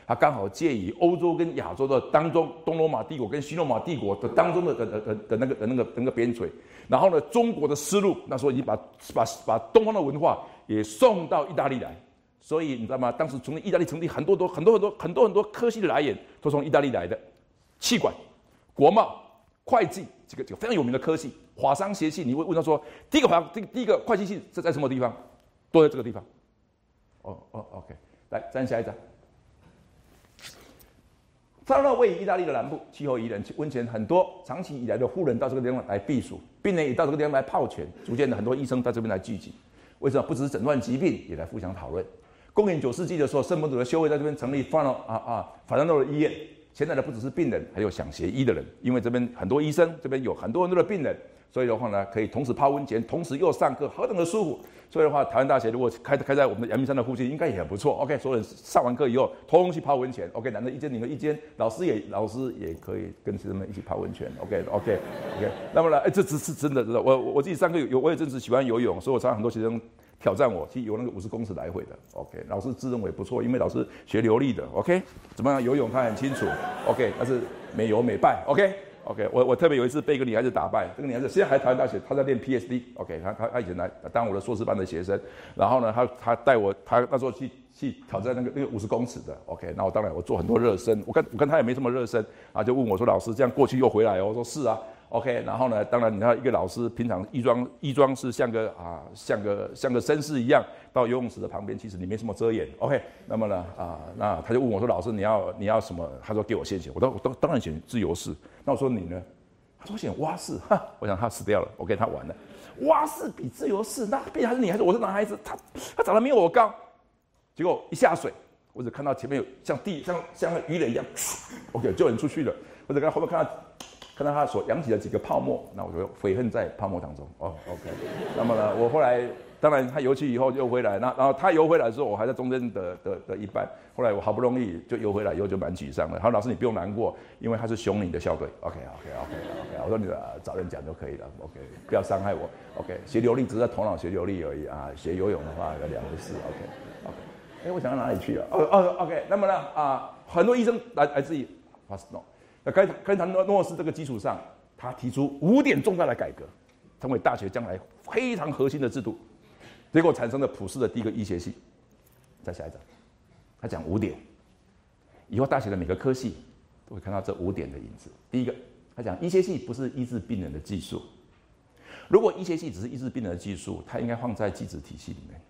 它刚好介于欧洲跟亚洲的当中，东罗马帝国跟西罗马帝国的当中的的的的的那个的那个那个边陲。然后呢，中国的丝路那时候已经把把把东方的文化也送到意大利来，所以你知道吗？当时从意大利成立很多多很多很多很多很多科系的来源都从意大利来的，气管、国贸、会计几个几个非常有名的科系，华商协系，你会问他说，第一个华第第一个会计系是在什么地方？都在这个地方。哦哦 ，OK， 来，再下一张。沙特位于意大利的南部，气候宜人，温泉很多，长期以来的富人到这个地方来避暑，病人也到这个地方来泡泉，逐渐的很多医生到这边来聚集。为什么？不只是诊断疾病，也来互相讨论。公元九世纪的时候，圣本笃的修会在这边成立法诺啊啊法兰诺的医院。现在的不只是病人，还有想学医的人，因为这边很多医生，这边有很多很多的病人，所以的话呢，可以同时泡温泉，同时又上课，何等的舒服！所以的话，台湾大学如果开开在我们的阳明山的附近，应该也很不错。OK， 所有人上完课以后，通去泡温泉。OK， 男的一间，女的一间，老师也老师也可以跟学生们一起泡温泉。OK OK OK， 那么呢，哎，这只是真的，真的。我我自己上课有，我也真是喜欢游泳，所以我常常很多学生挑战我，去游那个五十公尺来回的。OK， 老师自认为不错，因为老师学流利的。OK， 怎么样游泳他很清楚。OK， 但是美游美败。OK。OK， 我我特别有一次被一个女孩子打败，这个女孩子现在还台湾大学，她在练 P S D。OK， 她她她以前来当我的硕士班的学生，然后呢，她她带我，她那时候去去挑战那个那个五十公尺的。OK， 那我当然我做很多热身，我跟我跟她也没什么热身啊，就问我说老师这样过去又回来哦，我说是啊。OK， 然后呢，当然你看一个老师平常衣装衣装是像个啊像个像个绅士一样，到游泳池的旁边其实你没什么遮掩。OK， 那么呢啊，那他就问我说老师你要你要什么？他说给我先选，我当我当当然选自由式。那我说你呢？他说选蛙式。哈，我想他死掉了。OK， 他完了。蛙式比自由式，那毕竟还是女孩子，我是男孩子，他他长得没有我高。结果一下水，我只看到前面有像地像像鱼雷一样 ，OK 就人出去了。我只看后面看到。看到他所扬起的几个泡沫，那我就悔恨在泡沫当中。哦 ，OK。那么呢，我后来当然他游去以后就回来，那然后他游回来的时候，我还在中间的的的一半。后来我好不容易就游回来以后就蛮沮丧的。他说：“老师你不用难过，因为他是雄鹰的校队。”OK，OK，OK，OK。我说你找人讲就可以了。OK， 不要伤害我。OK， 学流利只是在头脑学流利而已啊，学游泳的话有两回事。OK，OK。哎，我想到哪里去了？哦哦 ，OK。那么呢啊，很多医生来来自于华盛顿。那该该谈诺斯这个基础上，他提出五点重大的改革，成为大学将来非常核心的制度，结果产生了普世的第一个医学系。再下一章，他讲五点，以后大学的每个科系都会看到这五点的影子。第一个，他讲医学系不是医治病人的技术，如果医学系只是医治病人的技术，它应该放在技职体系里面，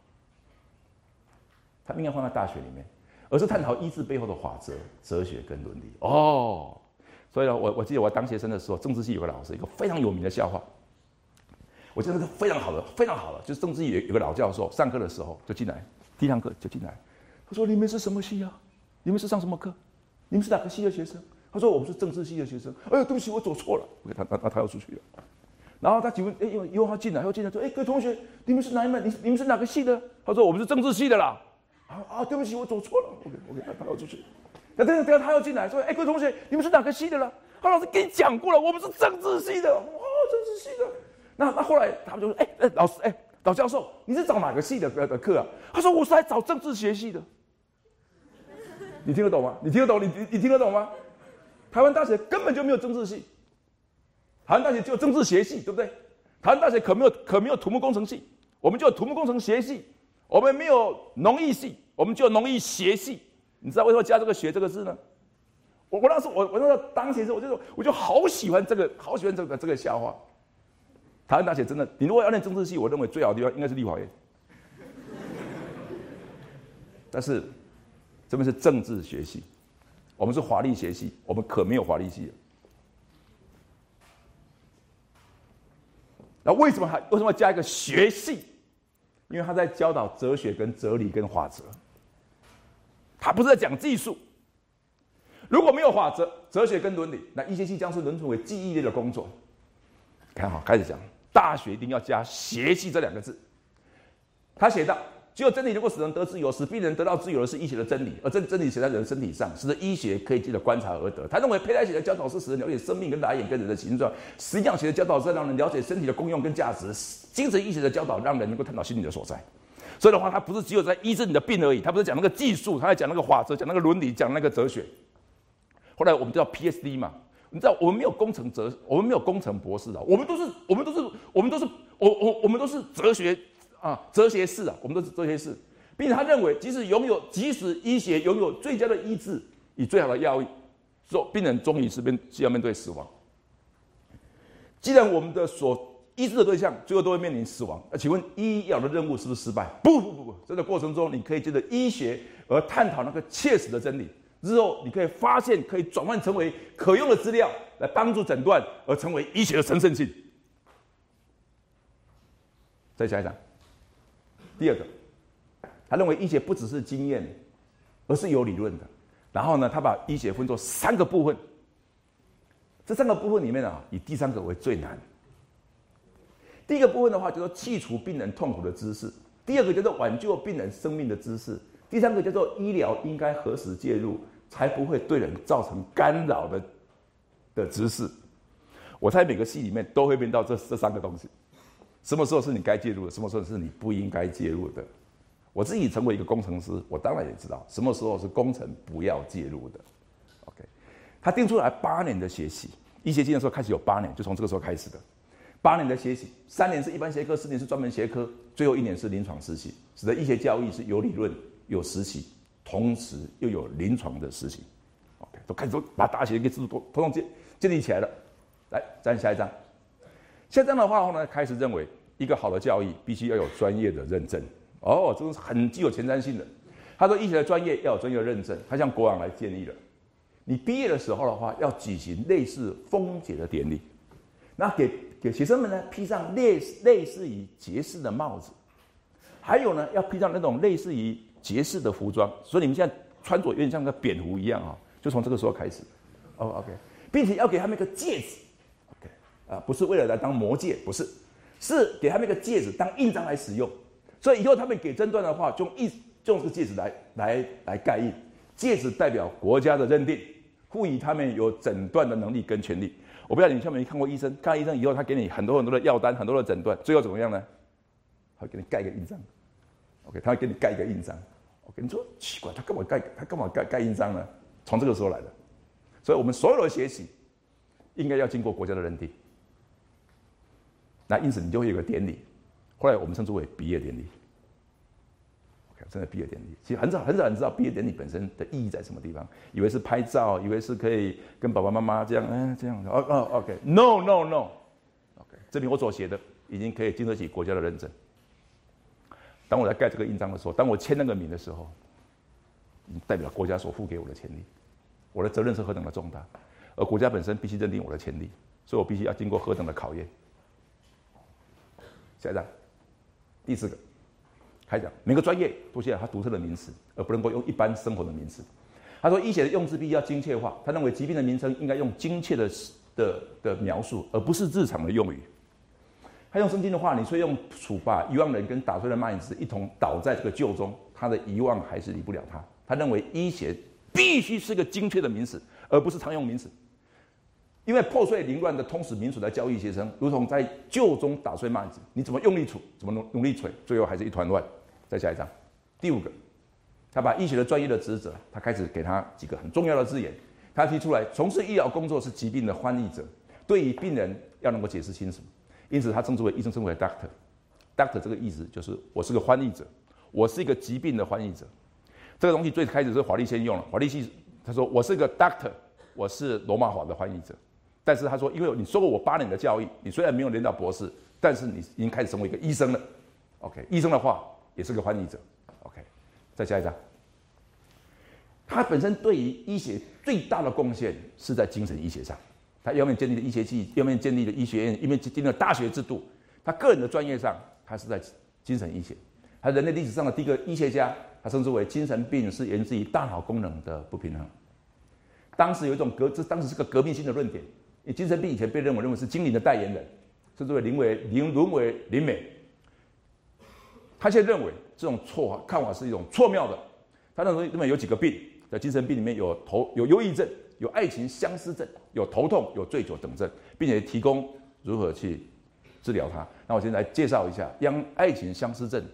它应该放在大学里面。而是探讨医治背后的法则、哲学跟伦理哦。所以呢，我我记得我当学生的时候，政治系有个老师，一个非常有名的笑话。我记得是非常好的，非常好的，就是政治系有有个老教授，上课的时候就进来，第一堂课就进来，他说：“你们是什么系啊？你们是上什么课？你们是哪个系的学生？”他说：“我们是政治系的学生。”哎呦，对不起，我走错了。他他他他要出去了。然后他请问，哎，因为以后他进来，又进来说：“哎，各位同学，你们是哪一门？你你们是哪个系的？”他说：“我们是政治系的啦。”啊啊！对不起，我走错了。OK OK， 他要出去。那等下等下他要进来，说：“哎，各位同学，你们是哪个系的了？”他老师给你讲过了，我们是政治系的。哦，政治系的。那那后来他们就说：“哎哎，老师，哎，老教授，你是找哪个系的的课啊？”他说：“我是来找政治学系的。”你听得懂吗？你听得懂？你你你听得懂吗？台湾大学根本就没有政治系，台湾大学只有政治学系，对不对？台湾大学可没有可没有土木工程系，我们就有土木工程学系。我们没有农艺系，我们就有农艺学系。你知道为什么加这个“学”这个字呢？我我那时候我我那时候当学生，我就我就好喜欢这个，好喜欢这个这个笑话。台湾大学真的，你如果要念政治系，我认为最好的地方应该是立法院。但是这边是政治学系，我们是华丽学系，我们可没有华丽系。那为什么还为什么要加一个学系？因为他在教导哲学、跟哲理、跟法则，他不是在讲技术。如果没有法则、哲学跟伦理，那医学系将是沦为记忆类的工作。看好，开始讲，大学一定要加学系这两个字。他写道：只有真理能够使人得自由，使病人得到自由的是医学的真理，而这真理写在人身体上，使得医学可以借着观察而得。他认为胚胎学的教导是使人了解生命跟来源跟人的形状，营养学的教导是让人了解身体的功用跟价值，精神医学的教导让人能够探讨心理的所在。 所以的话，他不是只有在医治你的病而已，他不是讲那个技术，他在讲那个法则，讲那个伦理，讲那个哲学。后来我们叫 P S D 嘛，你知道我们没有工程哲，我们没有工程博士啊，我们都是我们都是我们都是我我我们都是哲学啊哲学士啊，我们都是哲学士，并且他认为，即使拥有即使医学拥有最佳的医治与最好的药物，说病人终于是面是要面对死亡。既然我们的所医治的对象最后都会面临死亡，那请问医疗的任务是不是失败？不不不不，在这过程中，你可以借着医学而探讨那个切实的真理。日后你可以发现，可以转换成为可用的资料，来帮助诊断，而成为医学的神圣性。再下一章，第二个，他认为医学不只是经验，而是有理论的。然后呢，他把医学分作三个部分。这三个部分里面啊，以第三个为最难。第一个部分的话，叫做去除病人痛苦的知识；第二个叫做挽救病人生命的知识；第三个叫做医疗应该何时介入，才不会对人造成干扰的的知识。我猜每个系里面都会面到这这三个东西。什么时候是你该介入的，什么时候是你不应该介入的。我自己成为一个工程师，我当然也知道什么时候是工程不要介入的。OK， 他定出来八年的学习，医学系的时候开始有八年，就从这个时候开始的。八年的学习，三年是一般学科，四年是专门学科，最后一年是临床实习，使得医学教育是有理论、有实习，同时又有临床的实习。OK， 都开始都把大学给制度都统统建建立起来了。来，再下一章。下一章的话呢，开始认为一个好的教育必须要有专业的认证。哦，这是很具有前瞻性的。他说，医学的专业要有专业的认证，他向国王来建议了。你毕业的时候的话，要举行类似封解的典礼，那给给学生们呢披上类似类似于爵士的帽子，还有呢要披上那种类似于爵士的服装，所以你们现在穿着有点像个蝙蝠一样啊，就从这个时候开始。哦 ，OK， 并且要给他们一个戒指 ，OK， 啊，不是为了来当魔戒，不是，是给他们一个戒指当印章来使用。所以以后他们给诊断的话，就用一就用这个戒指来来来盖印，戒指代表国家的认定，赋予他们有诊断的能力跟权利。我不知道你有没有看过医生，看了医生以后，他给你很多很多的药单，很多的诊断，最后怎么样呢？他会给你盖一个印章 ，OK， 他会给你盖一个印章。OK， 你说奇怪，他干嘛盖？他干嘛盖盖印章呢？从这个时候来的。所以我们所有的学习应该要经过国家的认定。那因此你就会有个典礼。后来我们称之为毕业典礼 ，OK， 真的毕业典礼，其实很少很少人知道毕业典礼本身的意义在什么地方，以为是拍照，以为是可以跟爸爸妈妈这样，嗯，这样，哦哦 ，OK，No No No，OK， 这边我所写的已经可以经得起国家的认证。当我来盖这个印章的时候，当我签那个名的时候，代表国家所赋给我的权利，我的责任是何等的重大，而国家本身必须认定我的权利，所以我必须要经过何等的考验。下一章。第四个，开讲每个专业都需要它独特的名词，而不能够用一般生活的名词。他说，医学的用字必须要精确化。他认为疾病的名称应该用精确的的的描述，而不是日常的用语。他用圣经的话，你虽用杵把遗忘人跟打碎的麦子一同倒在这个臼中，他的遗忘还是离不了他。他认为医学必须是个精确的名词，而不是常用名词。因为破碎凌乱的通史民俗来教育学生，如同在臼中打碎麦子，你怎么用力杵，怎么努力锤，最后还是一团乱。再下一章，第五个，他把医学的专业的职责，他开始给他几个很重要的字眼。他提出来，从事医疗工作是疾病的翻译者，对于病人要能够解释清楚，因此他称之为医生称为 doctor。doctor 这个意思就是我是个翻译者，我是一个疾病的翻译者。这个东西最开始是华丽先用了，华丽系他说我是个 doctor， 我是罗马法的翻译者。但是他说，因为你受过我八年的教育，你虽然没有念到博士，但是你已经开始成为一个医生了。OK， 医生的话也是个翻译者。OK， 再下一章。他本身对于医学最大的贡献是在精神医学上，他一方面建立了医学系，一方面建立了医学院，一面建立了大学制度。他个人的专业上，他是在精神医学。他人类历史上的第一个医学家，他称之为精神病是源自于大脑功能的不平衡。当时有一种革，这当时是个革命性的论点。精神病以前被认为认为是精灵的代言人，甚至会沦为沦沦为灵媒。他现在认为这种错看法是一种错谬的。他认为认为有几个病，在精神病里面有头有忧郁症，有爱情相思症，有头痛，有醉酒等症，并且提供如何去治疗它。那我现在来介绍一下，让爱情相思症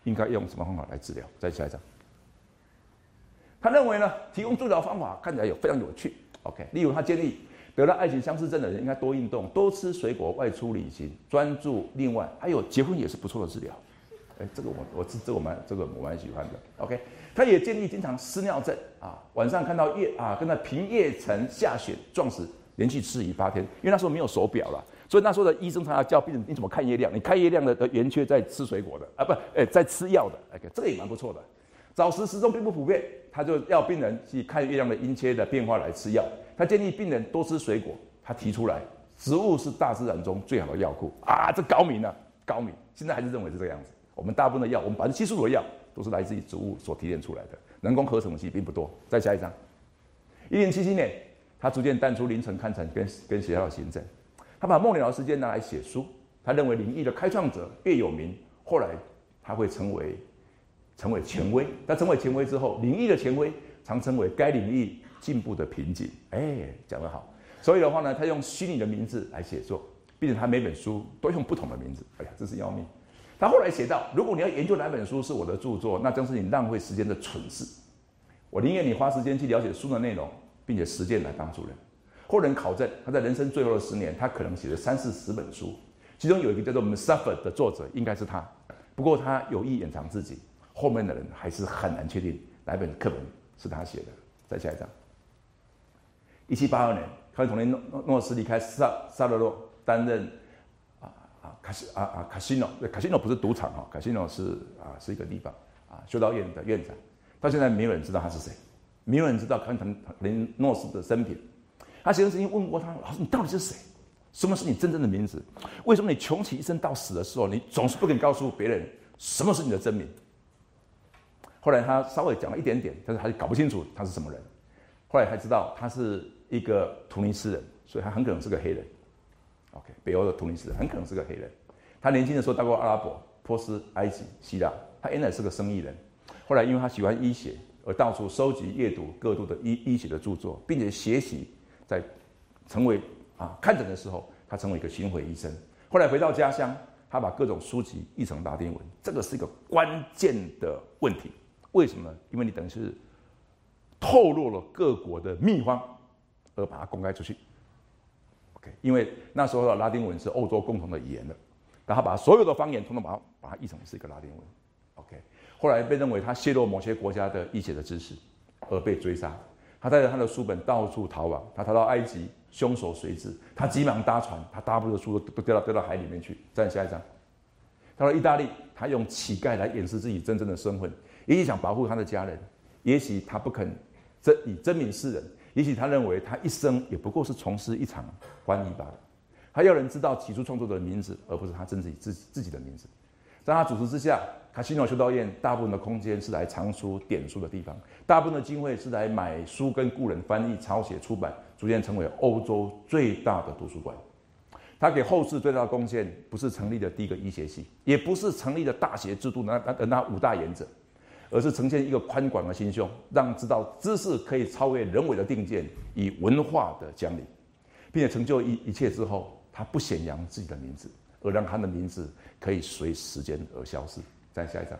应该用什么方法来治疗？再下一张。他认为呢，提供治疗方法看起来有非常有趣。OK， 例如他建议得了爱情相似症的人应该多运动、多吃水果、外出旅行、专注。另外，还有结婚也是不错的治疗。哎，这个我我这这个我蛮这个我蛮喜欢的。OK， 他也建议经常失尿症啊，晚上看到月啊跟那平夜晨下雪撞死，连续吃疑八天，因为那时候没有手表了。所以那时候的医生他要叫病人你怎么看月亮？你看月亮的的圆缺在吃水果的啊，不，哎，在吃药的。OK， 这个也蛮不错的。早时时钟并不普遍，他就要病人去看月亮的阴缺的变化来吃药。他建议病人多吃水果，他提出来，植物是大自然中最好的药库啊，这高明啊，高明。现在还是认为是这个样子。我们大部分的药，我们百分之七十五的药都是来自于植物所提炼出来的，人工合成的其实并不多。再下一张，一零七七年，他逐渐淡出凌晨看诊跟跟学校的行政。他把梦鸟的时间拿来写书，他认为领域的开创者越有名，后来他会成为成为权威。他成为权威之后，领域的权威常称为该领域进步的瓶颈。哎，讲得好。所以的话呢，他用虚拟的名字来写作，并且他每本书都用不同的名字。哎呀，真是要命。他后来写道：如果你要研究哪本书是我的著作，那将是你浪费时间的蠢事。我宁愿你花时间去了解书的内容，并且实践来帮助人。后人考证，他在人生最后的十年，他可能写了三四十本书，其中有一个叫做 Musafir 的作者应该是他。不过他有意掩藏自己，后面的人还是很难确定哪本课本是他写的。再下一张。一七八二年，卡里同年诺斯离开萨萨勒洛，担任啊啊卡西啊啊卡西诺，卡西诺不是赌场哈，卡西诺是啊是一个地方啊修道院的院长。到现在没有人知道他是谁，没有人知道卡里同诺斯的生平。他学生曾经问过他：“老师，你到底是谁？什么是你真正的名字？为什么你穷其一生到死的时候，你总是不肯告诉别人什么是你的真名？”后来他稍微讲了一点点，但是还搞不清楚他是什么人。后来才知道他是一个突尼斯人，所以他很可能是个黑人。OK， 北欧的突尼斯人很可能是个黑人。他年轻的时候到过阿拉伯、波斯、埃及、希腊。他原来是个生意人，后来因为他喜欢医学，而到处收集、阅读各度的医医学的著作，并且学习。在成为啊看诊的时候，他成为一个巡回医生。后来回到家乡，他把各种书籍译成拉丁文，这个是一个关键的问题。为什么呢？因为你等于是透露了各国的秘方，而把它公开出去。OK， 因为那时候的拉丁文是欧洲共同的语言了，但他把所有的方言统统把它把它译成是一个拉丁文。OK， 后来被认为他泄露某些国家的医学的知识，而被追杀。他带着他的书本到处逃亡，他逃到埃及，凶手随之。他急忙搭船，他大部分的书都丢到丢到海里面去。再下一张，到了意大利，他用乞丐来掩饰自己真正的身份，也许想保护他的家人，也许他不肯真以真名示人，也许他认为他一生也不过是从事一场翻译罢了。他要人知道起初创作者的名字，而不是他真正自己自己的名字。在他主持之下，卡西诺修道院大部分的空间是来藏书点书的地方，大部分的经费是来买书跟雇人翻译、抄写、出版，逐渐成为欧洲最大的图书馆。他给后世最大的贡献，不是成立的第一个医学系，也不是成立的大学制度那那那五大原则，而是呈现一个宽广的心胸，让知道知识可以超越人为的定见与文化的疆领，并且成就一一切之后，他不显扬自己的名字，而让他的名字可以随时间而消失。再下一张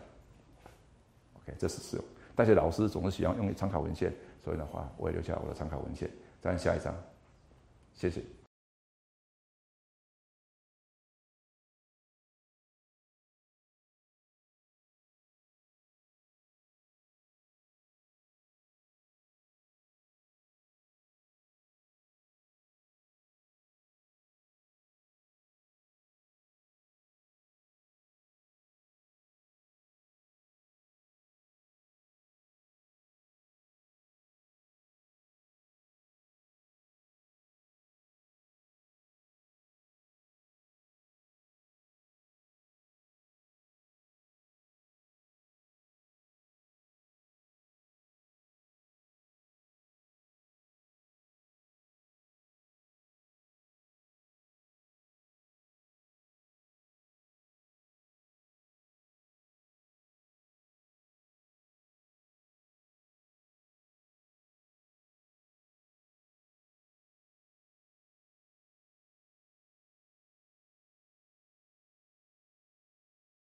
，OK， 这是使用。大学老师总是喜欢用参考文献，所以的话，我也留下我的参考文献。再下一张，谢谢。